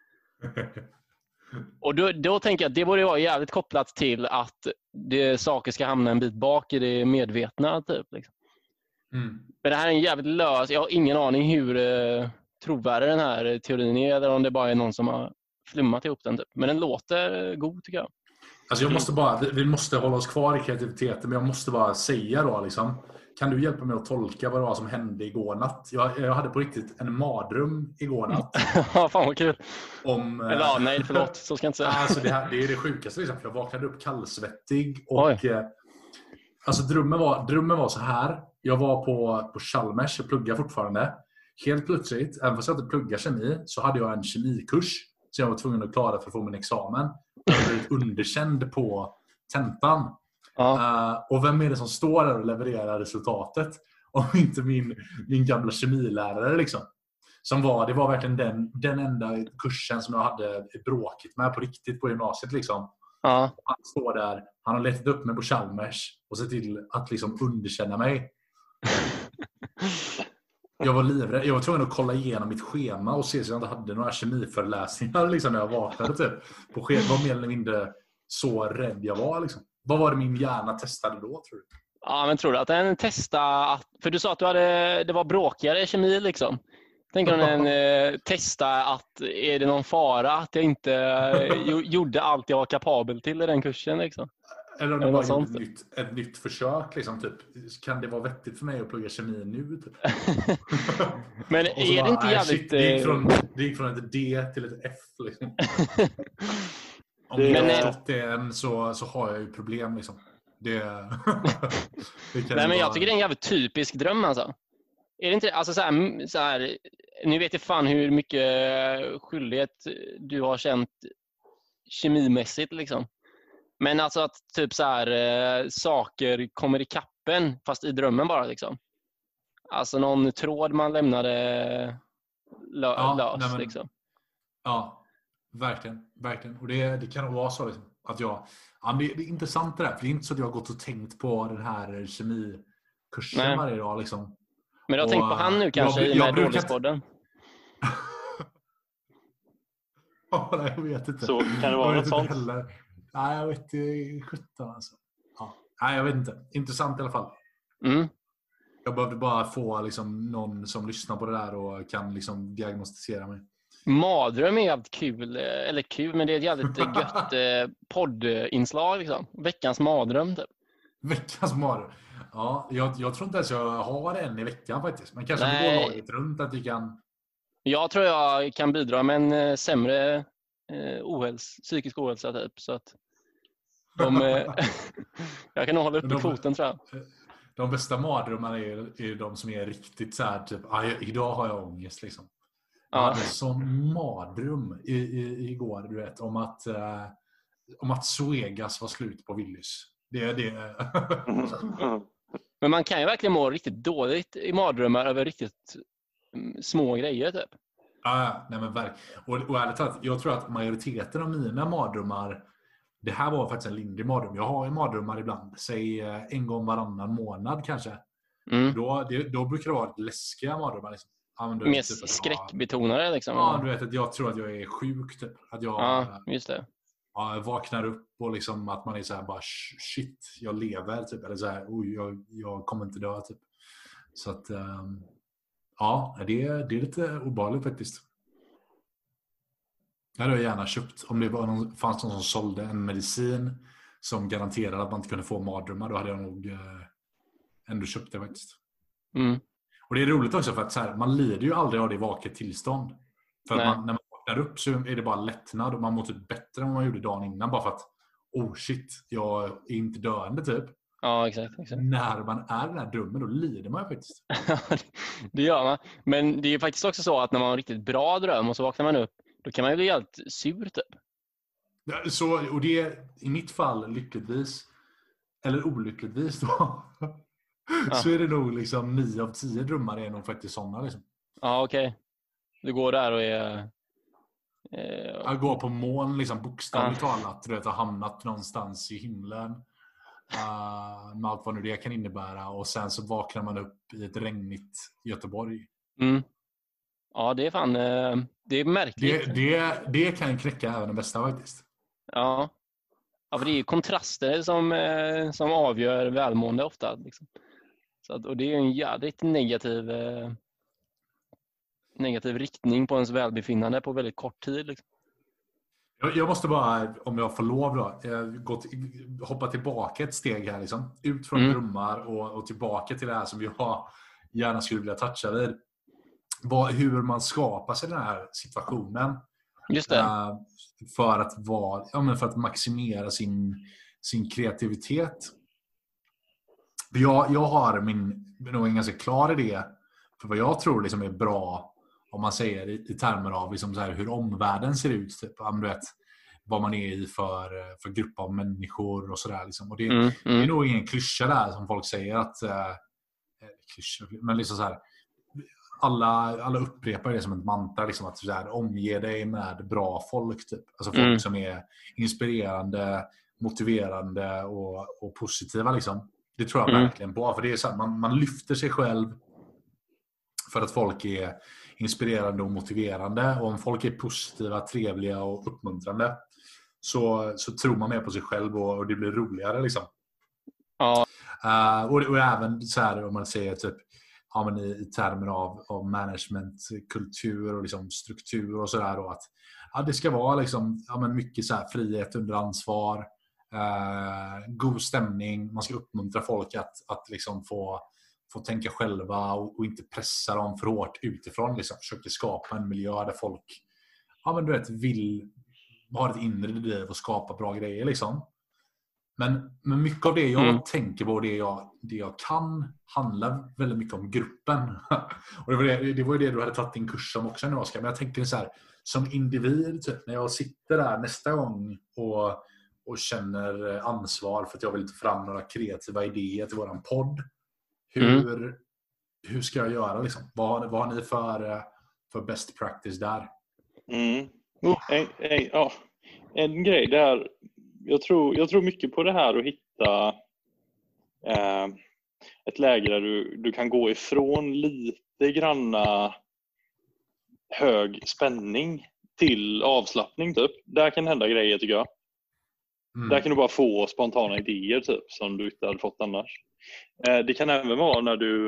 Och då tänker jag att det borde vara jävligt kopplat till att saker ska hamna en bit bak i det medvetna typ liksom. Men det här är en jävligt lös, jag har ingen aning hur trovärdig den här teorin är, eller om det bara är någon som har flummat ihop den typ. Men den låter god tycker jag. Alltså vi måste hålla oss kvar i kreativiteten, men jag måste bara säga då liksom, kan du hjälpa mig att tolka vad det var som hände igår natt? Jag hade på riktigt en mardröm igår natt. Ja, fan vad kul. Nej, förlåt, så ska jag inte säga. Alltså det är det sjukaste liksom, för jag vaknade upp kallsvettig och alltså drömmen var så här. Jag var på Chalmers och pluggade fortfarande. Helt plötsligt, även fast jag inte pluggar kemi, så hade jag en kemikurs så jag var tvungen att klara för att få min examen. Jag hade blivit underkänd på tentan. Och vem är det som står där och levererar resultatet? Om inte min gamla kemilärare liksom. Det var verkligen den enda kursen som jag hade bråkigt med på riktigt på gymnasiet liksom. Han står där, han har letat upp mig på Chalmers och sett till att liksom underkänna mig. Jag var livrädd. Jag var tvungen att kolla igenom mitt schema och se så jag inte hade några kemiföreläsningar liksom, när jag vaknade typ. På schemat var mer eller mindre så rädd jag var liksom. Vad var det min hjärna testade då, tror du? Ja, men tror du att den testade... För du sa att det var bråkigare kemi liksom. Tänker du den testa att är det någon fara att jag inte gjorde allt jag var kapabel till i den kursen liksom? Eller om det bara gjorde ett nytt försök liksom, typ. Kan det vara vettigt för mig att plugga kemi nu typ? Men är det inte jävligt... Shit, det gick från ett D till ett F liksom. Om jag har stått det än så har jag ju problem liksom. Nej, men jag tycker det är en jävligt typisk dröm alltså. Är det inte alltså så här, nu vet jag fan hur mycket skyldighet du har känt kemimässigt liksom. Men alltså att typ så här saker kommer i kappen fast i drömmen bara liksom. Alltså någon tråd man lämnade lös liksom. Ja, verkligen. Och det kan nog vara så liksom, att det är intressant det där, för det är inte så att jag har gått och tänkt på den här kemikursen varje dag liksom. Men du har tänkt på han nu kanske i den här Dålispodden? Ja, jag vet inte. Så kan det vara något sånt? Nej, jag vet inte. 17 alltså. Ja. Nej, jag vet inte. Intressant i alla fall. Mm. Jag behövde bara få liksom, någon som lyssnar på det där och kan liksom, diagnostisera mig. Mardröm är jävligt kul. Eller kul, men det är ett jävligt gött poddinslag. Liksom. Veckans mardröm typ. Veckans mardröm. Ja, jag tror inte ens jag har en i veckan faktiskt. Men kanske vi går laget runt att vi kan... Jag tror jag kan bidra med en sämre psykisk ohälsa typ. Så att jag kan nog hålla upp i kvoten tror jag. De bästa mardrömmarna är de som är riktigt så här typ, idag har jag ångest liksom. Jag hade en sån mardröm igår, du vet, om att Suegas var slut på Willys. Det är det. Men man kan ju verkligen må riktigt dåligt i mardrömmar över riktigt små grejer typ. Nej men verkligen. Och ärligt talat, jag tror att majoriteten av mina mardrömmar, det här var faktiskt en lindrig mardröm. Jag har ju mardrömmar ibland, säg en gång varannan månad kanske. Mm. Då brukar det vara läskiga mardrömmar liksom. Mer typ skräckbetonade liksom. Ja, du vet att jag tror att jag är sjuk typ. Att jag, just det. Jag vaknar upp och liksom att man är så här bara shit, jag lever typ. Eller så här, jag kommer inte dö typ. Så att det är lite obehagligt faktiskt. Jag hade gärna köpt, om det fanns någon som sålde en medicin som garanterade att man inte kunde få mardrömmar, då hade jag nog ändå köpt det faktiskt. Mm. Och det är roligt också för att så här, man lider ju aldrig av det vaket tillstånd. För att när man vaknar upp så är det bara lättnad och man mår typ bättre än vad man gjorde dagen innan. Bara för att, shit, jag är inte döende typ. Ja, exakt. När man är i den här drömmen, då lider man ju faktiskt. Det gör man. Men det är faktiskt också så att när man har en riktigt bra dröm och så vaknar man upp, då kan man ju bli helt sur typ. Så, och det är i mitt fall lyckligtvis, eller olyckligtvis då, så är det nog liksom 9 av 10 drömmar är nog faktiskt sådana liksom. Ja, okej. Du går där och är... Jag går på moln liksom, bokstavligt talat. Du vet, har hamnat någonstans i himlen. Med allt vad nu det kan innebära. Och sen så vaknar man upp i ett regnigt Göteborg. Mm. Ja, det är fan... det är märkligt. Det kan knäcka även den bästa faktiskt. Ja. Ja, för det är kontraster som avgör välmående ofta. Liksom. Så att, och det är en jävligt negativ riktning på ens välbefinnande på väldigt kort tid. Liksom. Jag måste bara, om jag får lov då, hoppa tillbaka ett steg här. Liksom. Ut från drömmar och tillbaka till det här som jag gärna skulle vilja toucha vid. Hur man skapar sig den här situationen. Just det. För att maximera sin kreativitet. Jag har nog en ganska klar idé för vad jag tror liksom är bra, om man säger i termer av liksom så här, hur omvärlden ser ut. Typ, vad man är i för grupp av människor och sådär. Liksom. Och det är nog ingen klyscha där som folk säger att... men liksom så här... Alla upprepar det som ett mantra liksom, att så här, omge dig med bra folk typ. Alltså folk som är inspirerande, motiverande och positiva liksom. Det tror jag verkligen på, för det är så här, man lyfter sig själv för att folk är inspirerande och motiverande, och om folk är positiva, trevliga och uppmuntrande så tror man mer på sig själv och det blir roligare liksom. Ja. Och även så här, om man säger typ i termer av managementkultur och liksom struktur och sådär, och att det ska vara liksom, mycket så här frihet under ansvar, god stämning, man ska uppmuntra folk att liksom få tänka själva och inte pressa dem för hårt utifrån, liksom försöka skapa en miljö där folk vill ha ett inre driv och skapa bra grejer liksom. Men mycket av det jag tänker på, det jag kan, handlar väldigt mycket om gruppen. Och det var ju det du hade tagit din kurs om också nu, Oskar. Men jag tänker så här, som individ, typ, när jag sitter där nästa gång och känner ansvar för att jag vill ta fram några kreativa idéer till våran podd. Hur ska jag göra liksom? Vad har ni för best practice där? En grej där. Jag tror mycket på det här att hitta ett läge där du kan gå ifrån lite granna hög spänning till avslappning typ. Där kan hända grejer tycker jag. Där kan du bara få spontana idéer typ, som du inte hade fått annars. Det kan även vara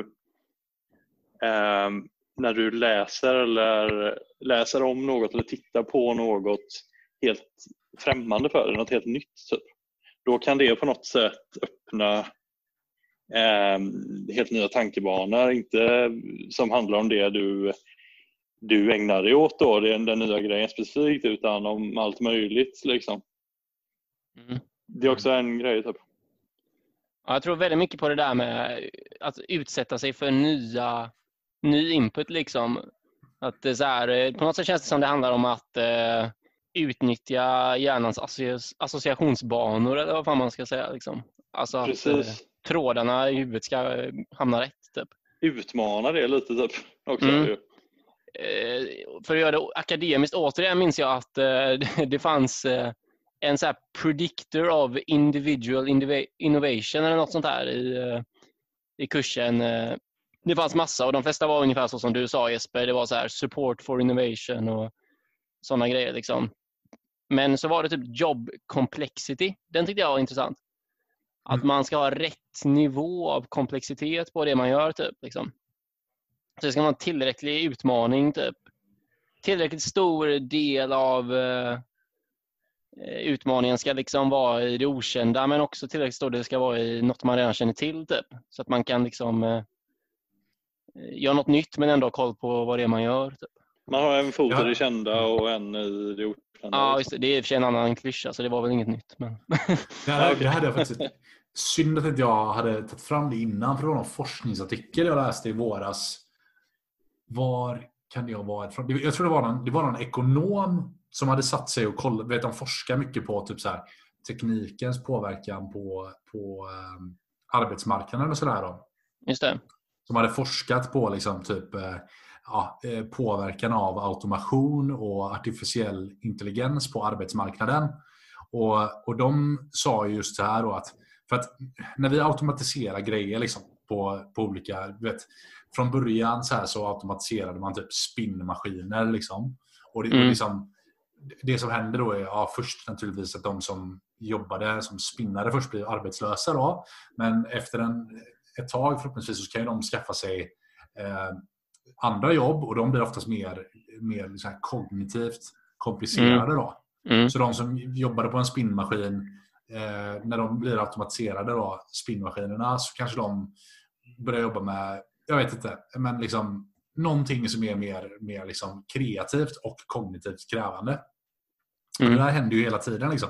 när du läser eller läser om något eller tittar på något helt främmande för dig, något helt nytt typ. Då kan det på något sätt öppna helt nya tankebanor, inte som handlar om det du ägnar dig åt då, det är den nya grejen specifikt, utan om allt möjligt liksom. Det är också en grej typ. Ja, jag tror väldigt mycket på det där med att utsätta sig för ny input liksom. Att det så här, på något sätt känns det som det handlar om att utnyttja hjärnans associationsbanor eller vad fan man ska säga liksom. Alltså att trådarna i huvudet ska hamna rätt typ. Utmana det lite typ också. För att göra det akademiskt återigen minns jag att det fanns en så här predictor of individual innovation eller något sånt där i kursen. Det fanns massa och de flesta var ungefär så som du sa Jesper. Det var så här support for innovation och sådana grejer liksom. Men så var det typ job complexity. Den tyckte jag var intressant. Att man ska ha rätt nivå av komplexitet på det man gör typ liksom. Så det ska vara en tillräcklig utmaning typ. Tillräckligt stor del av utmaningen ska liksom vara i det okända, men också tillräckligt stor del ska vara i något man redan känner till typ. Så att man kan liksom göra något nytt men ändå ha koll på vad det är man gör typ. Man har en fot i det kända och en i det okända. Ja, just det är i och för sig en annan klyscha så det var väl inget nytt. Men... det hade jag faktiskt... Synd att inte jag hade tagit fram det innan, för det var någon forskningsartikel jag läste i våras. Var kan det ha varit från? Jag tror det var någon ekonom som hade satt sig och kollat, vet de forskar mycket på typ så här, teknikens påverkan på arbetsmarknaden och sådär då. Just det. Som hade forskat på liksom typ påverkan av automation och artificiell intelligens på arbetsmarknaden. Och de sa just så här då att för att när vi automatiserar grejer liksom på olika, vet, från början så här så automatiserade man typ spinnmaskiner liksom. Och liksom, det som händer då är först naturligtvis att de som jobbade som spinnare först blir arbetslösa då. Men efter ett tag förhoppningsvis så kan de skaffa sig andra jobb och de blir oftast mer så här kognitivt komplicerade då. Så de som jobbade på en spinnmaskin när de blir automatiserade då, spinnmaskinerna, så kanske de börjar jobba med, jag vet inte, men liksom någonting som är mer liksom kreativt och kognitivt krävande. Och det här händer ju hela tiden liksom.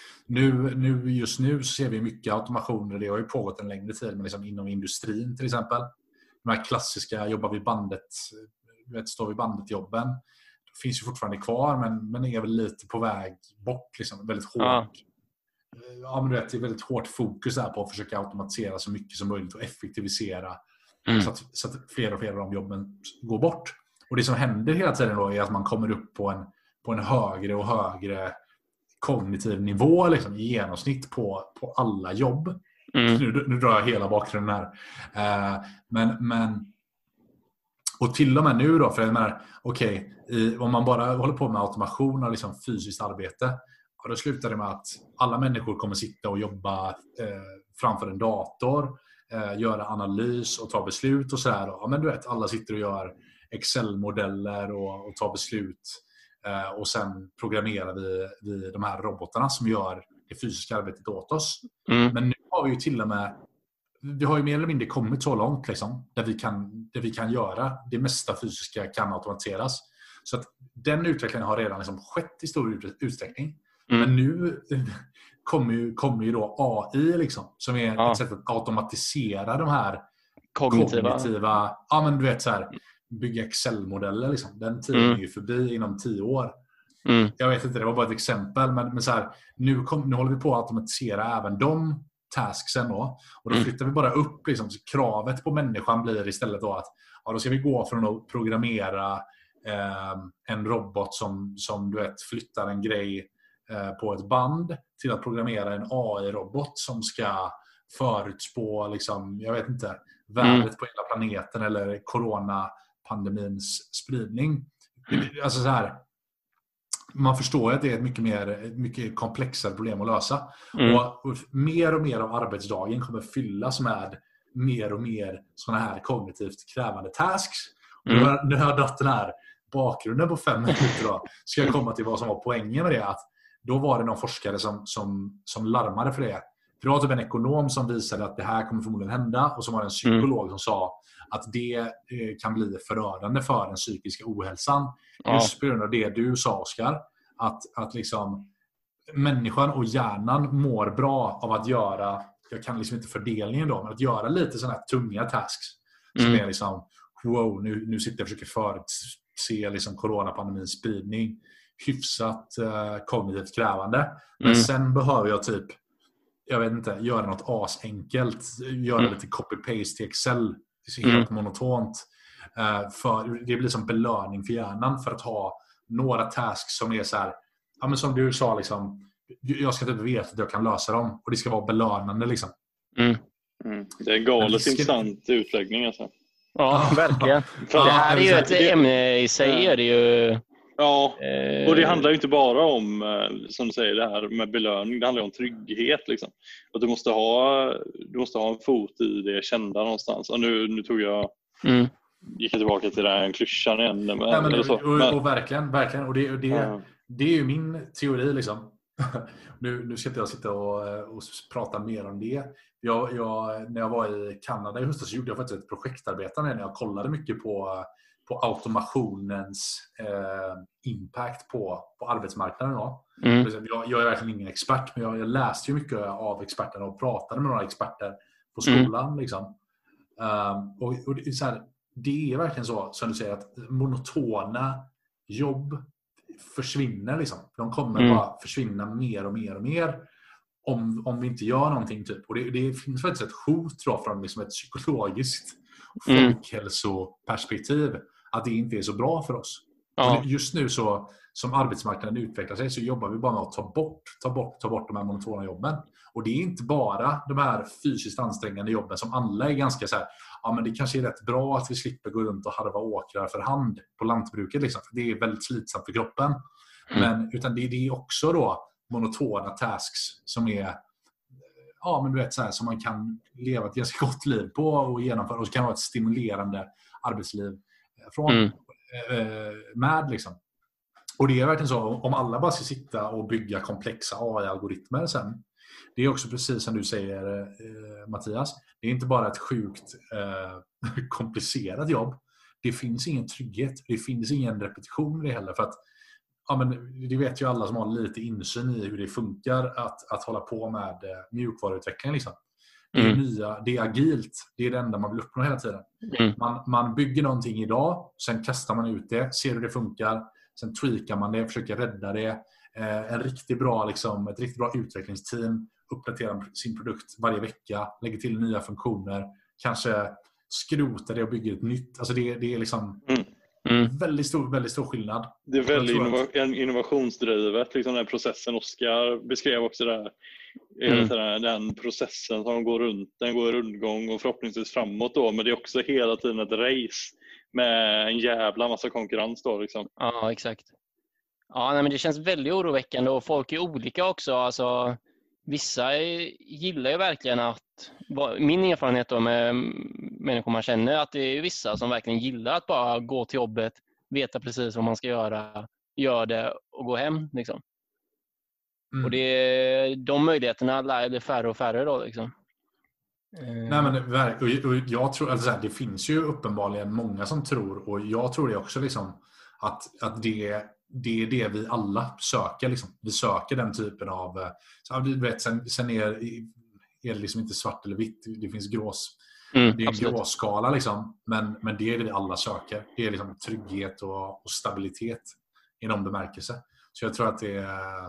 Just nu så ser vi mycket automationer. Det har ju pågått en längre tid, men liksom inom industrin till exempel. De här klassiska jobbar vid bandet, står vid bandet jobben. Det finns ju fortfarande kvar, men är väl lite på väg bort liksom, väldigt hårt. Ja, men du vet, det är väldigt hårt fokus där på att försöka automatisera så mycket som möjligt och effektivisera så att fler och fler av de jobben går bort. Och det som händer hela tiden då är att man kommer upp på en högre och högre kognitiv nivå liksom, i genomsnitt på alla jobb. Nu drar jag hela bakgrunden här. Men och till och med nu då, för jag menar, om man bara håller på med automation och liksom fysiskt arbete, och då slutar det med att alla människor kommer sitta och jobba framför en dator, göra analys och ta beslut och så här. Ja, men du vet, alla sitter och gör Excel-modeller och tar beslut. Och sen programmerar vi de här robotarna som gör det fysiska arbetet åt oss. Men nu har vi ju till och med, vi har ju mer eller mindre kommit så långt liksom, där vi kan göra det mesta fysiska kan automatiseras. Så att den utvecklingen har redan liksom skett i stor utsträckning. Men nu kommer ju då AI liksom, som är ett sätt att automatisera de här kognitiva ja, men du vet så här, bygga Excel-modeller liksom. Den tiden är ju förbi inom 10 år. Jag vet inte, det var bara ett exempel, men så här, nu håller vi på att automatisera även de tasksen då, och då flyttar vi bara upp liksom, så kravet på människan blir istället då att då ska vi gå från att programmera en robot som du vet flyttar en grej på ett band till att programmera en AI-robot som ska förutspå liksom, jag vet inte, värdet på hela planeten eller coronapandemins spridning. Alltså så här, man förstår ju att det är ett mycket komplexare problem att lösa. Och mer av arbetsdagen kommer fyllas med mer och mer såna här kognitivt krävande tasks. Nu har jag dragit den här bakgrunden på 5 minuter då, ska jag komma till vad som var poängen med det. Att då var det någon forskare som larmade för det. För det var typ en ekonom som visade att det här kommer förmodligen hända, och så var det en psykolog som sa att det kan bli förödande för den psykiska ohälsan. Just på grund av det du sa, Oskar, att liksom människan och hjärnan mår bra av att göra, jag kan liksom inte fördelningen då, men att göra lite sådana här tunga tasks som är liksom, wow, nu sitter jag och försöker förutse liksom coronapandemins spridning, hyfsat kognitivt krävande. Men sen behöver jag typ, jag vet inte, göra något asenkelt, göra lite copy-paste till Excel, det är helt monotont, för det blir som belöning för hjärnan för att ha några tasks som är så här, ja, men som du sa liksom, jag ska typ veta att jag kan lösa dem, och det ska vara belönande liksom. Det är galet intressant utläggning alltså. Ja, verkligen. Det här är ju ett ämne i sig, är det ju. Ja, och det handlar ju inte bara om, som du säger, det här med belöning. Det handlar om trygghet liksom. Och du måste ha en fot i det kända någonstans. Och nu tog jag gick jag tillbaka till den här klyschan igen. Och verkligen. Och det är ju min teori liksom. Nu ska inte jag sitta och prata mer om det. När jag var i Kanada i höstas så gjorde jag faktiskt ett projektarbete när jag kollade mycket på automationens impact på arbetsmarknaden då. Jag är verkligen ingen expert, men jag läste ju mycket av experterna och pratade med några experter på skolan liksom. Och det är så här, det är verkligen så som du säger, att monotona jobb försvinner liksom. De kommer bara försvinna mer och mer och mer om vi inte gör någonting typ. Och det finns faktiskt ett hot då från liksom ett psykologiskt folkhälsoperspektiv att det inte är så bra för oss. Just nu så, som arbetsmarknaden utvecklar sig, så jobbar vi bara med att ta bort de här monotona jobben. Och det är inte bara de här fysiskt ansträngande jobben som alla är ganska så här, ja men det kanske är rätt bra att vi slipper gå runt och harva åkrar för hand på lantbruket liksom, för det är väldigt slitsamt för kroppen. Utan det är också då monotona tasks som är, ja men du vet så här, som man kan leva ett ganska gott liv på och genomföra, och så kan vara ett stimulerande arbetsliv med liksom. Och det är verkligen så, om alla bara ska sitta och bygga komplexa AI-algoritmer sen, det är också precis som du säger, Mattias, det är inte bara ett sjukt komplicerat jobb. Det finns ingen trygghet, det finns ingen repetition i det heller, för att ja, men det vet ju alla som har lite insyn i hur det funkar att hålla på med mjukvaruutveckling liksom. Det är nya, det är agilt, det är det enda man vill uppnå hela tiden. Man bygger någonting idag, sen kastar man ut det, ser hur det funkar, sen tweakar man det, försöker rädda det. Ett riktigt bra utvecklingsteam uppdaterar sin produkt varje vecka, lägger till nya funktioner, kanske skrotar det och bygger ett nytt. Alltså det är liksom väldigt stor skillnad. Det är väldigt innovationsdrivet, liksom den processen. Oskar beskrev också det här, den processen som går runt, den går rundgång och förhoppningsvis framåt då, men det är också hela tiden ett race med en jävla massa konkurrens då liksom. Ja, exakt. Ja, men det känns väldigt oroväckande, och folk är olika också. Alltså, vissa gillar ju verkligen min erfarenhet då med människor man känner, att det är vissa som verkligen gillar att bara gå till jobbet, veta precis vad man ska göra, gör det och gå hem liksom. Och de möjligheterna är det färre och färre då liksom. Nej, men jag tror alltså, det finns ju uppenbarligen många som tror, och jag tror det också liksom, att det är det vi alla söker liksom. Vi söker den typen av så, du vet, sen är det liksom inte svart eller vitt, det finns det är en gråskala liksom, men det är det vi alla söker. Det är liksom trygghet och stabilitet i någon bemärkelse. Så jag tror att det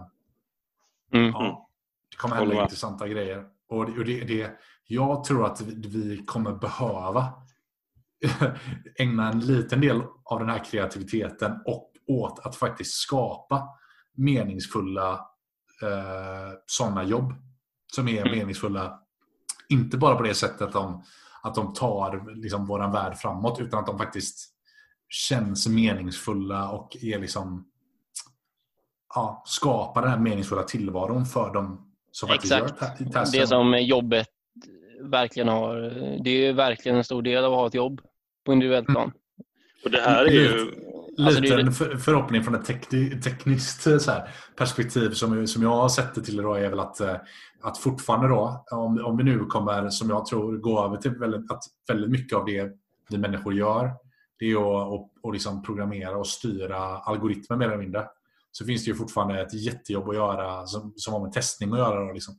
kommer hända intressanta grejer. Och jag tror att vi kommer behöva ägna en liten del av den här kreativiteten och åt att faktiskt skapa meningsfulla sådana jobb som är meningsfulla, inte bara på det sättet att de tar liksom våran värld framåt, utan att de faktiskt känns meningsfulla och är liksom, skapa den här meningsfulla tillvaron för dem som faktiskt gör testen. Det som jobbet verkligen har, det är verkligen en stor del av att ha ett jobb på individuellt plan. Och det här är ju liten förhoppning från ett tekniskt så här, perspektiv som jag har sett det till idag är väl att fortfarande då, om vi nu kommer, som jag tror, gå över till att väldigt mycket av det vi människor gör, det är att liksom programmera och styra algoritmer mer eller mindre. Så finns det ju fortfarande ett jättejobb att göra som har med testning att göra då, liksom.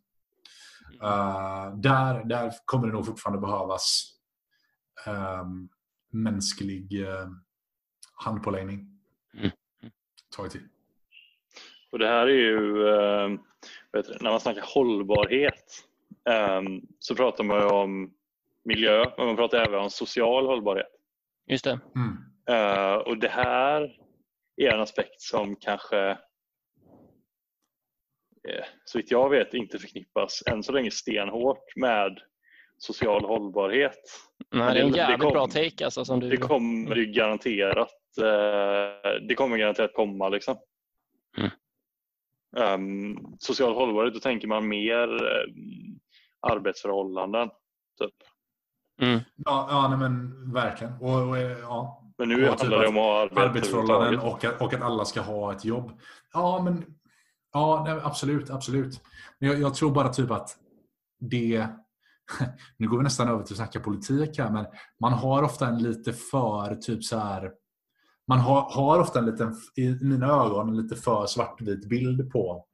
Där kommer det nog fortfarande behövas mänsklig handpåläggning. Ta till. Och det här är ju när man snackar hållbarhet så pratar man ju om miljö, men man pratar även om social hållbarhet. Just det. Och det här är en aspekt som kanske så vitt jag vet inte förknippas än så länge stenhårt med social hållbarhet. Nej, det är en jävligt bra take alltså, som du... Det kommer ju garanterat komma liksom. Social hållbarhet, då tänker man mer arbetsförhållanden typ. Ja, nej, men verkligen. Ja. Men nu handlar det om att ha arbetsförhållanden och att alla ska ha ett jobb. Nej, absolut. Men jag tror bara typ att det... Nu går vi nästan över till att snacka politik här, men man har ofta en lite för typ så här... Man har ofta en liten, i mina ögon, en lite för svartvit bild på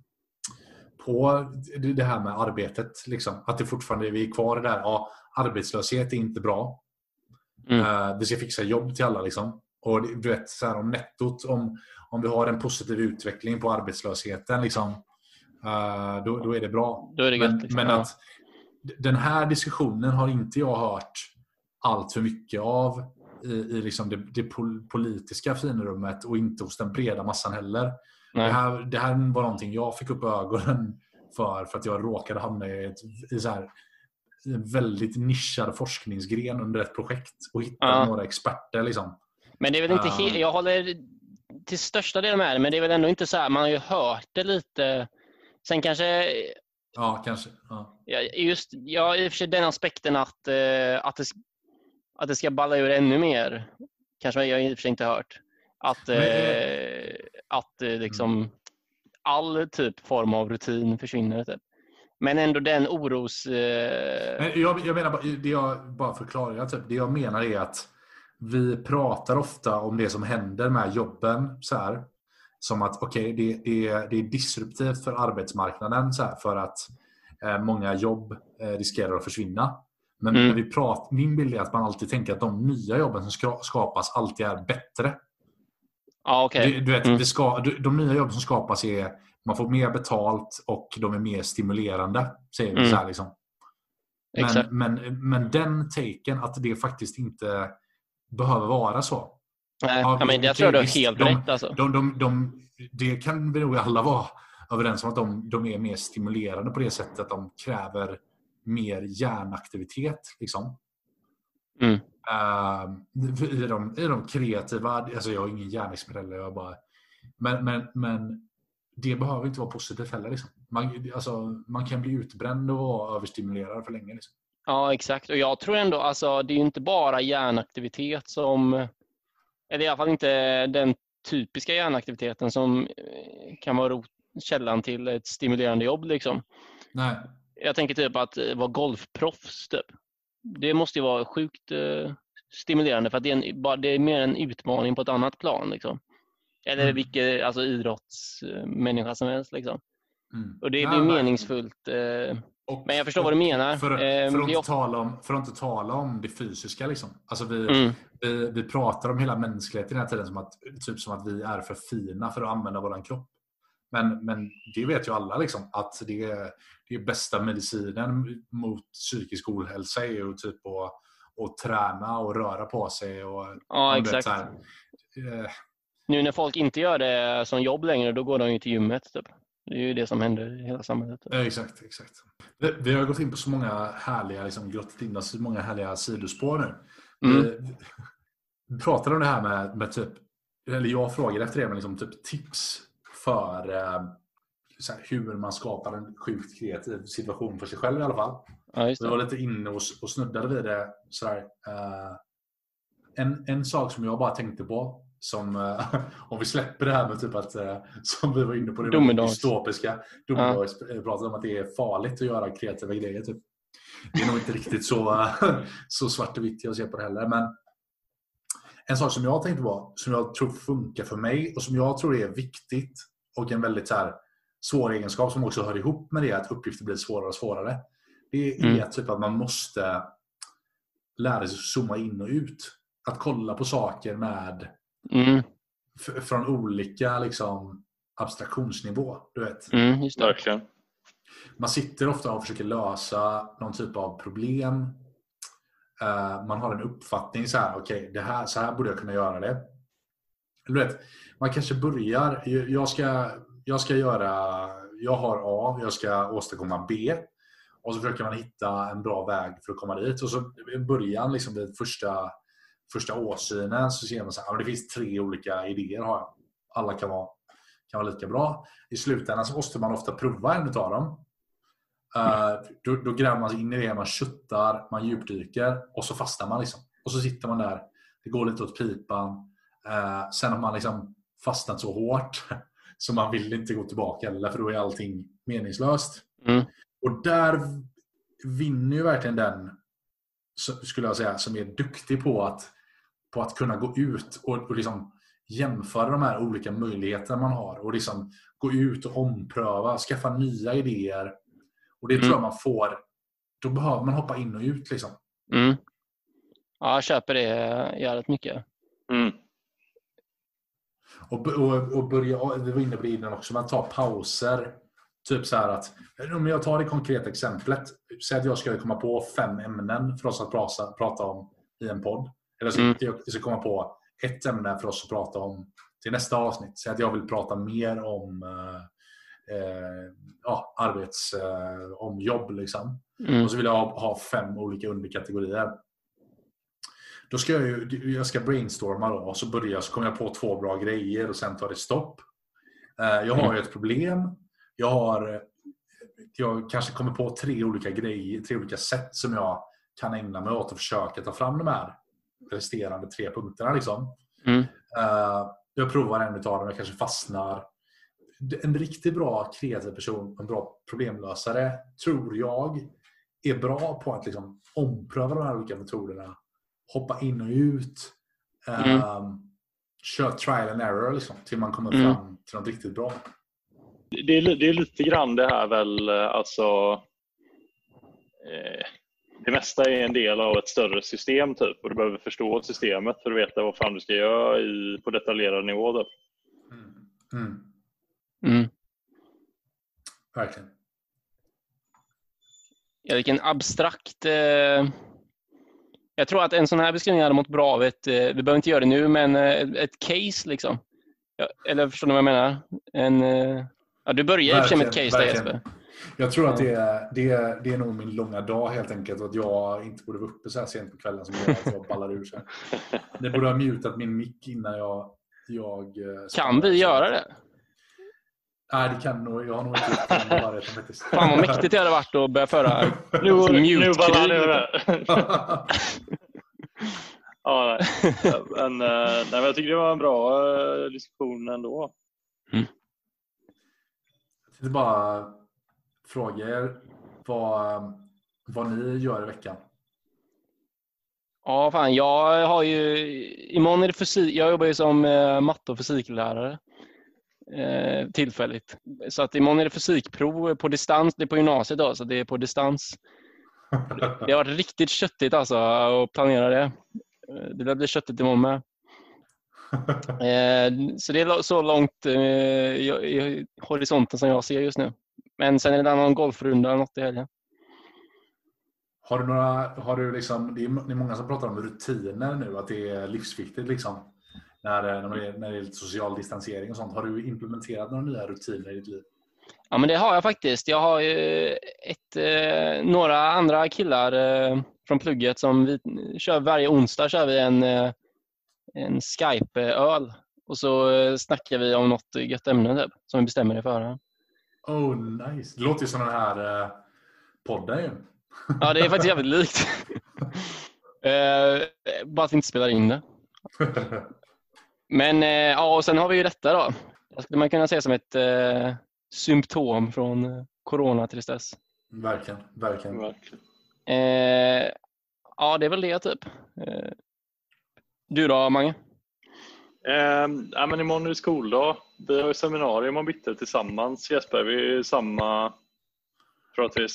det här med arbetet. Liksom. Att det fortfarande vi är kvar där. Ja, arbetslöshet är inte bra. Vi ska fixa jobb till alla. Liksom. Och du vet, så här, om nettot, om vi har en positiv utveckling på arbetslösheten, liksom, då är det bra. Då är det gött, liksom. Men att den här diskussionen har inte jag hört allt för mycket av i liksom det politiska finrummet och inte hos den breda massan heller. Det här var någonting jag fick upp ögonen för att jag råkade hamna i så här väldigt nischad forskningsgren under ett projekt och hitta några experter liksom. Men det är väl inte jag håller till största delen med det, men det är väl ändå inte så här, man har ju hört det lite. Sen kanske kanske. Ja, just i och för sig den aspekten att det ska balla ur ännu mer. Kanske jag i och för sig inte hört. Att liksom all typ form av rutin försvinner typ. Men ändå den oros... Jag menar bara, det jag bara förklarar typ, det jag menar är att vi pratar ofta om det som händer med jobben så här, som att det är disruptivt för arbetsmarknaden så här, för att många jobb riskerar att försvinna. Men min bild är att man alltid tänker att de nya jobben som skapas alltid är bättre. Okay. Du vet, de nya jobben som skapas är man får mer betalt och de är mer stimulerande, säger vi så här liksom. Men den taken att det faktiskt inte behöver vara så. Nej, men jag tror det är helt rätt alltså. Det kan vi nog alla vara överens om att de är mer stimulerande på det sättet att de kräver mer hjärnaktivitet liksom. I de kreativa, alltså jag är ingen hjärnexpert, jag bara men det behöver inte vara positivt heller liksom. Man kan bli utbränd och vara överstimulerad för länge liksom. Ja, exakt. Och jag tror ändå alltså det är ju inte bara hjärnaktivitet som, eller i alla fall inte den typiska hjärnaktiviteten som kan vara källan till ett stimulerande jobb liksom. Nej. Jag tänker typ att vara golfproffs typ. Det måste ju vara sjukt stimulerande för att det är mer en utmaning på ett annat plan liksom. Eller vilken alltså idrottsmänniska som helst liksom. Och det blir meningsfullt. Men jag förstår vad du menar. För att inte tala om det fysiska liksom. Alltså vi pratar om hela mänskligheten hela tiden som att vi är för fina för att använda våran kropp. Men det vet ju alla liksom, att det är bästa medicinen mot psykisk ohälsa är ju typ att träna och röra på sig och exakt. Nu när folk inte gör det som jobb längre, då går de ju till gymmet typ. Det är ju det som händer i hela samhället. Typ. Exakt. Vi har gått in på så många härliga så många härliga sidospår nu. Vi pratade om det här med typ, eller jag frågade efter det, men liksom typ tips för så här, hur man skapar en sjukt kreativ situation för sig själv i alla fall. Ja, just det. Jag var lite inne och snuddade vid det. Så här, en sak som jag bara tänkte på, som om vi släpper det här med typ att som vi var inne på, det dystopiska domedagspratet om att det är farligt att göra kreativa grejer typ. Det är nog inte riktigt så svart och vitt jag ser på det heller, men en sak som jag tänkte på, som jag tror funkar för mig och som jag tror är viktigt och en väldigt så här svår egenskap som också hör ihop med det, att uppgifter blir svårare och svårare. Det är typ att man måste lära sig zooma in och ut. Att kolla på saker med från olika liksom abstraktionsnivå, du vet. Just det. Verkligen. Man sitter ofta och försöker lösa någon typ av problem. Man har en uppfattning så här, okej, det här, så här borde jag kunna göra det. Du vet, man kanske börjar, jag har A, jag ska åstadkomma B. Och så försöker man hitta en bra väg för att komma dit. Och så i början, liksom vid första årsynen, så ser man så här, det finns 3 olika idéer har jag. Alla kan vara lika bra. I slutändan så måste man ofta prova en av dem. Då gräver man sig in i det, man köttar, man djupdyker och så fastnar man liksom. Och så sitter man där, det går lite åt pipan. Sen har man liksom fastnat så hårt så man vill inte gå tillbaka eller, för då är allting meningslöst. Och där vinner ju verkligen den, skulle jag säga, som är duktig på att kunna gå ut och liksom jämföra de här olika möjligheterna man har och liksom gå ut och ompröva, skaffa nya idéer. Och det tror jag man får, då behöver man hoppa in och ut liksom. Ja, jag köper det jävligt mycket. Och börja, vi var inne på det innan också, man tar pauser. Typ så här att, om jag tar det konkreta exemplet, säg att jag ska komma på 5 ämnen för oss att prata om i en podd. Eller så jag ska komma på ett ämne för oss att prata om till nästa avsnitt. Säg att jag vill prata mer om om jobb liksom. Och så vill jag ha 5 olika underkategorier. Då ska jag ska brainstorma då, och så kommer jag på 2 bra grejer och sen tar det stopp. Jag har ju ett problem. Jag kanske kommer på 3 olika grejer, 3 olika sätt som jag kan ägna mig åt att försöka ta fram de här resterande 3 punkterna liksom. Jag provar en utav dem, jag kanske fastnar. En riktigt bra kreativ person, en bra problemlösare, tror jag är bra på att liksom ompröva de här olika metoderna, hoppa in och ut, kör trial and error liksom, till man kommer fram till något riktigt bra. Det är lite grann det här väl, alltså det mesta är en del av ett större system typ, och du behöver förstå systemet för att veta vad fan du ska göra på detaljerad nivå typ. Verkligen. Ja, vilken abstrakt jag tror att en sån här beskrivning hade mått bra av vi behöver inte göra det nu, men ett case liksom. Ja, eller förstår ni vad jag menar? Du börjar i och för sig med ett case där, Jesper. Jag tror att det är nog min långa dag helt enkelt, att jag inte borde vara uppe så här sent på kvällen som jag ballar ur sig. Det borde ha mutat min mick innan jag kan vi göra det? Nej, det kan nog. Jag har nog inte gjort det faktiskt. Fan vad mäktigt det hade varit att börja föra nu ballar det. Ja, men jag tycker det var en bra diskussion ändå. Jag tänkte bara fråga er vad ni gör i veckan. Ja, fan, jag har ju imorgon är det fysik. Jag jobbar ju som matte- och fysiklärare tillfälligt. Så att imorgon är det fysikprov på distans. Det är på gymnasiet då, så det är på distans. Det har varit riktigt köttigt alltså att planera det. Det blir köttigt imorgon med. Så det är så långt i horisonten som jag ser just nu. Men sen är det någon golfrunda eller något i helgen. Har du liksom, det är många som pratar om rutiner nu, att det är livsviktigt liksom, när det är lite social distansering och sånt. Har du implementerat några nya rutiner i ditt liv? Ja, men det har jag faktiskt. Jag har ju några andra killar från plugget som vi kör varje onsdag, kör vi en Skype-öl Och så snackar vi om något gött ämne typ, som vi bestämmer i förhand. Oh, nice. Det låter ju som den här podden ju. Ja, det är faktiskt jävligt likt. Bara att vi inte spelar in det. Men ja, och sen har vi ju detta då. Det skulle man kunna se som ett symptom från coronatristess. Verkligen. Ja, det är väl det typ. Du då, Mange? Ja, men imorgon är det skoldag. Vi har ju seminarium om bitter tillsammans. Jesper, vi är samma... tror att vi är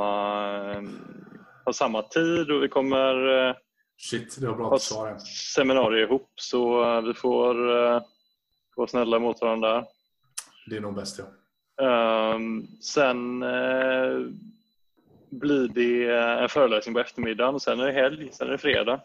har samma tid och vi kommer Shit, det var bra att svara. Seminarier ihop, så vi får vara snälla mot varandra där. Det är nog bäst, ja. Sen blir det en föreläsning på eftermiddagen och sen är det helg, sen är det fredag.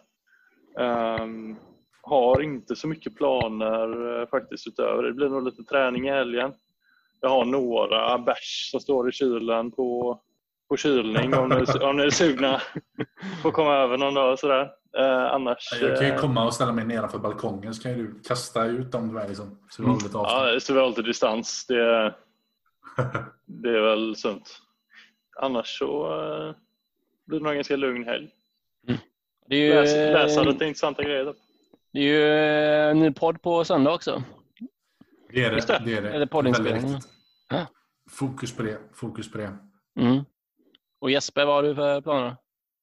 Har inte så mycket planer faktiskt utöver det. Det blir nog lite träning i helgen. Jag har några bärs som står i kylen på kylning om ni är sugna på att komma över någon dag sådär. Annars, jag kan ju komma och ställa mig nedanför balkongen, så kan ju du kasta ut dem där liksom. Så vi håller lite avstånd. Ja, så vi har alltid distans. Det är väl sunt. Annars så blir det nog en ganska lugn helg. Det är ju, läsa lite intressanta grejer. Det är ju en ny podd på söndag också. Det är det. Eller poddinspelningen. Fokus på det. Mm. Och Jesper, vad har du för planer?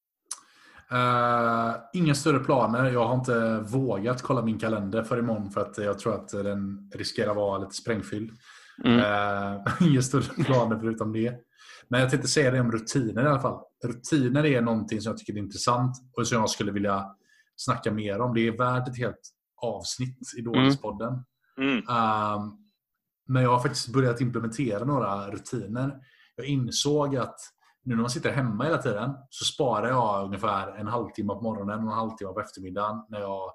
Inga större planer. Jag har inte vågat kolla min kalender för imorgon, för att jag tror att den riskerar att vara lite sprängfylld. Inga större planer förutom det. Men jag tänkte säga det om rutiner i alla fall. Rutiner är någonting som jag tycker är intressant och som jag skulle vilja snacka mer om. Det är värt ett helt avsnitt i Dålispodden. Men jag har faktiskt börjat implementera några rutiner. Jag insåg att nu när man sitter hemma hela tiden så sparar jag ungefär en halvtimme på morgonen och en halvtimme på eftermiddagen när jag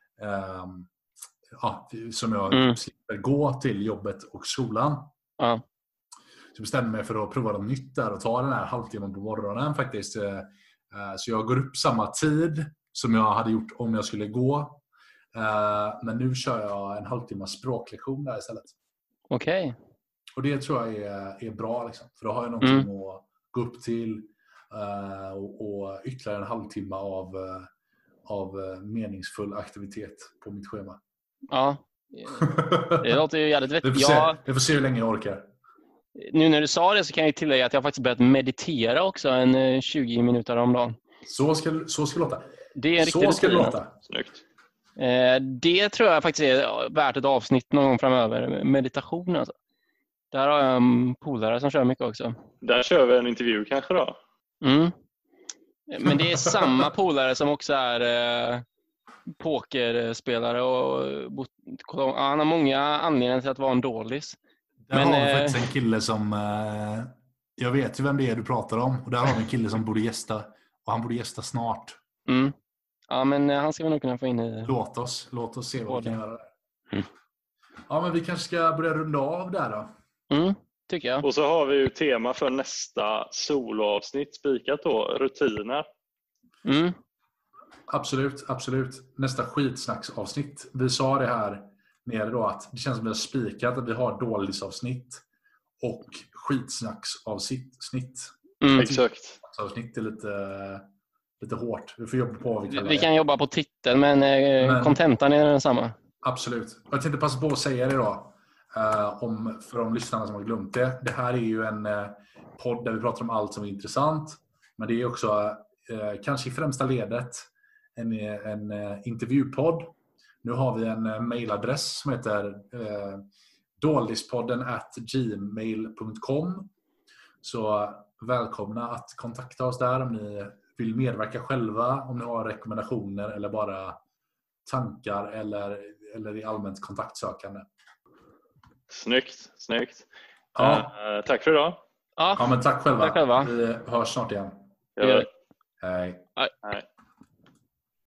slipper gå till jobbet och skolan. Så jag bestämde mig för att prova något nytt där och ta den här halvtimmen på morgonen faktiskt. Så jag går upp samma tid som jag hade gjort om jag skulle gå. Men nu kör jag en halvtimme språklektion där istället. Okej. Och det tror jag är bra liksom. För då har jag någonting att gå upp till och ytterligare en halvtimme av meningsfull aktivitet på mitt schema. Ja, det låter ju jävligt vettigt. Jag får se hur länge jag orkar. Nu när du sa det så kan jag tillägga att jag faktiskt börjat meditera också en 20 minuter om dagen. Så ska det låta. Det är en riktig så låta. Snyggt. Det tror jag faktiskt är värt ett avsnitt någon gång framöver. Meditation alltså. Där har jag en polare som kör mycket också. Där kör vi en intervju kanske då. Men det är samma polare som också är pokerspelare och han har många anledningar till att vara en dålis. Där har vi faktiskt en kille som jag vet ju vem det är du pratar om, och där har vi en kille som borde gästa, och han borde gästa snart. Ja, men han ska vi nog kunna få in i... Låt oss se vad vi kan göra där. Ja, men vi kanske ska börja runda av där då. Tycker jag. Och så har vi ju tema för nästa soloavsnitt spikat då, rutiner. Absolut. Nästa skitsnacksavsnitt. Vi sa det här nere då att det känns som att vi har spikat att vi har dålisavsnitt och skitsnacksavsnitt. Exakt. Avsnitt är lite hårt. Vi får jobba på vi kan jobba på titeln, men kontentan är densamma. Absolut. Jag tänkte passa på att säga det då. För de lyssnarna som har glömt det. Det här är ju en podd där vi pratar om allt som är intressant. Men det är också kanske i främsta ledet en intervjupodd. Nu har vi en mailadress som heter dålispodden@gmail.com. Så välkomna att kontakta oss där om ni vill medverka själva, om ni har rekommendationer eller bara tankar eller i allmänt kontaktsökande. Snyggt. Ja. Tack för idag. Ja, men tack själva. Tack själva. Vi hörs snart igen. Ja. Hej. Hej.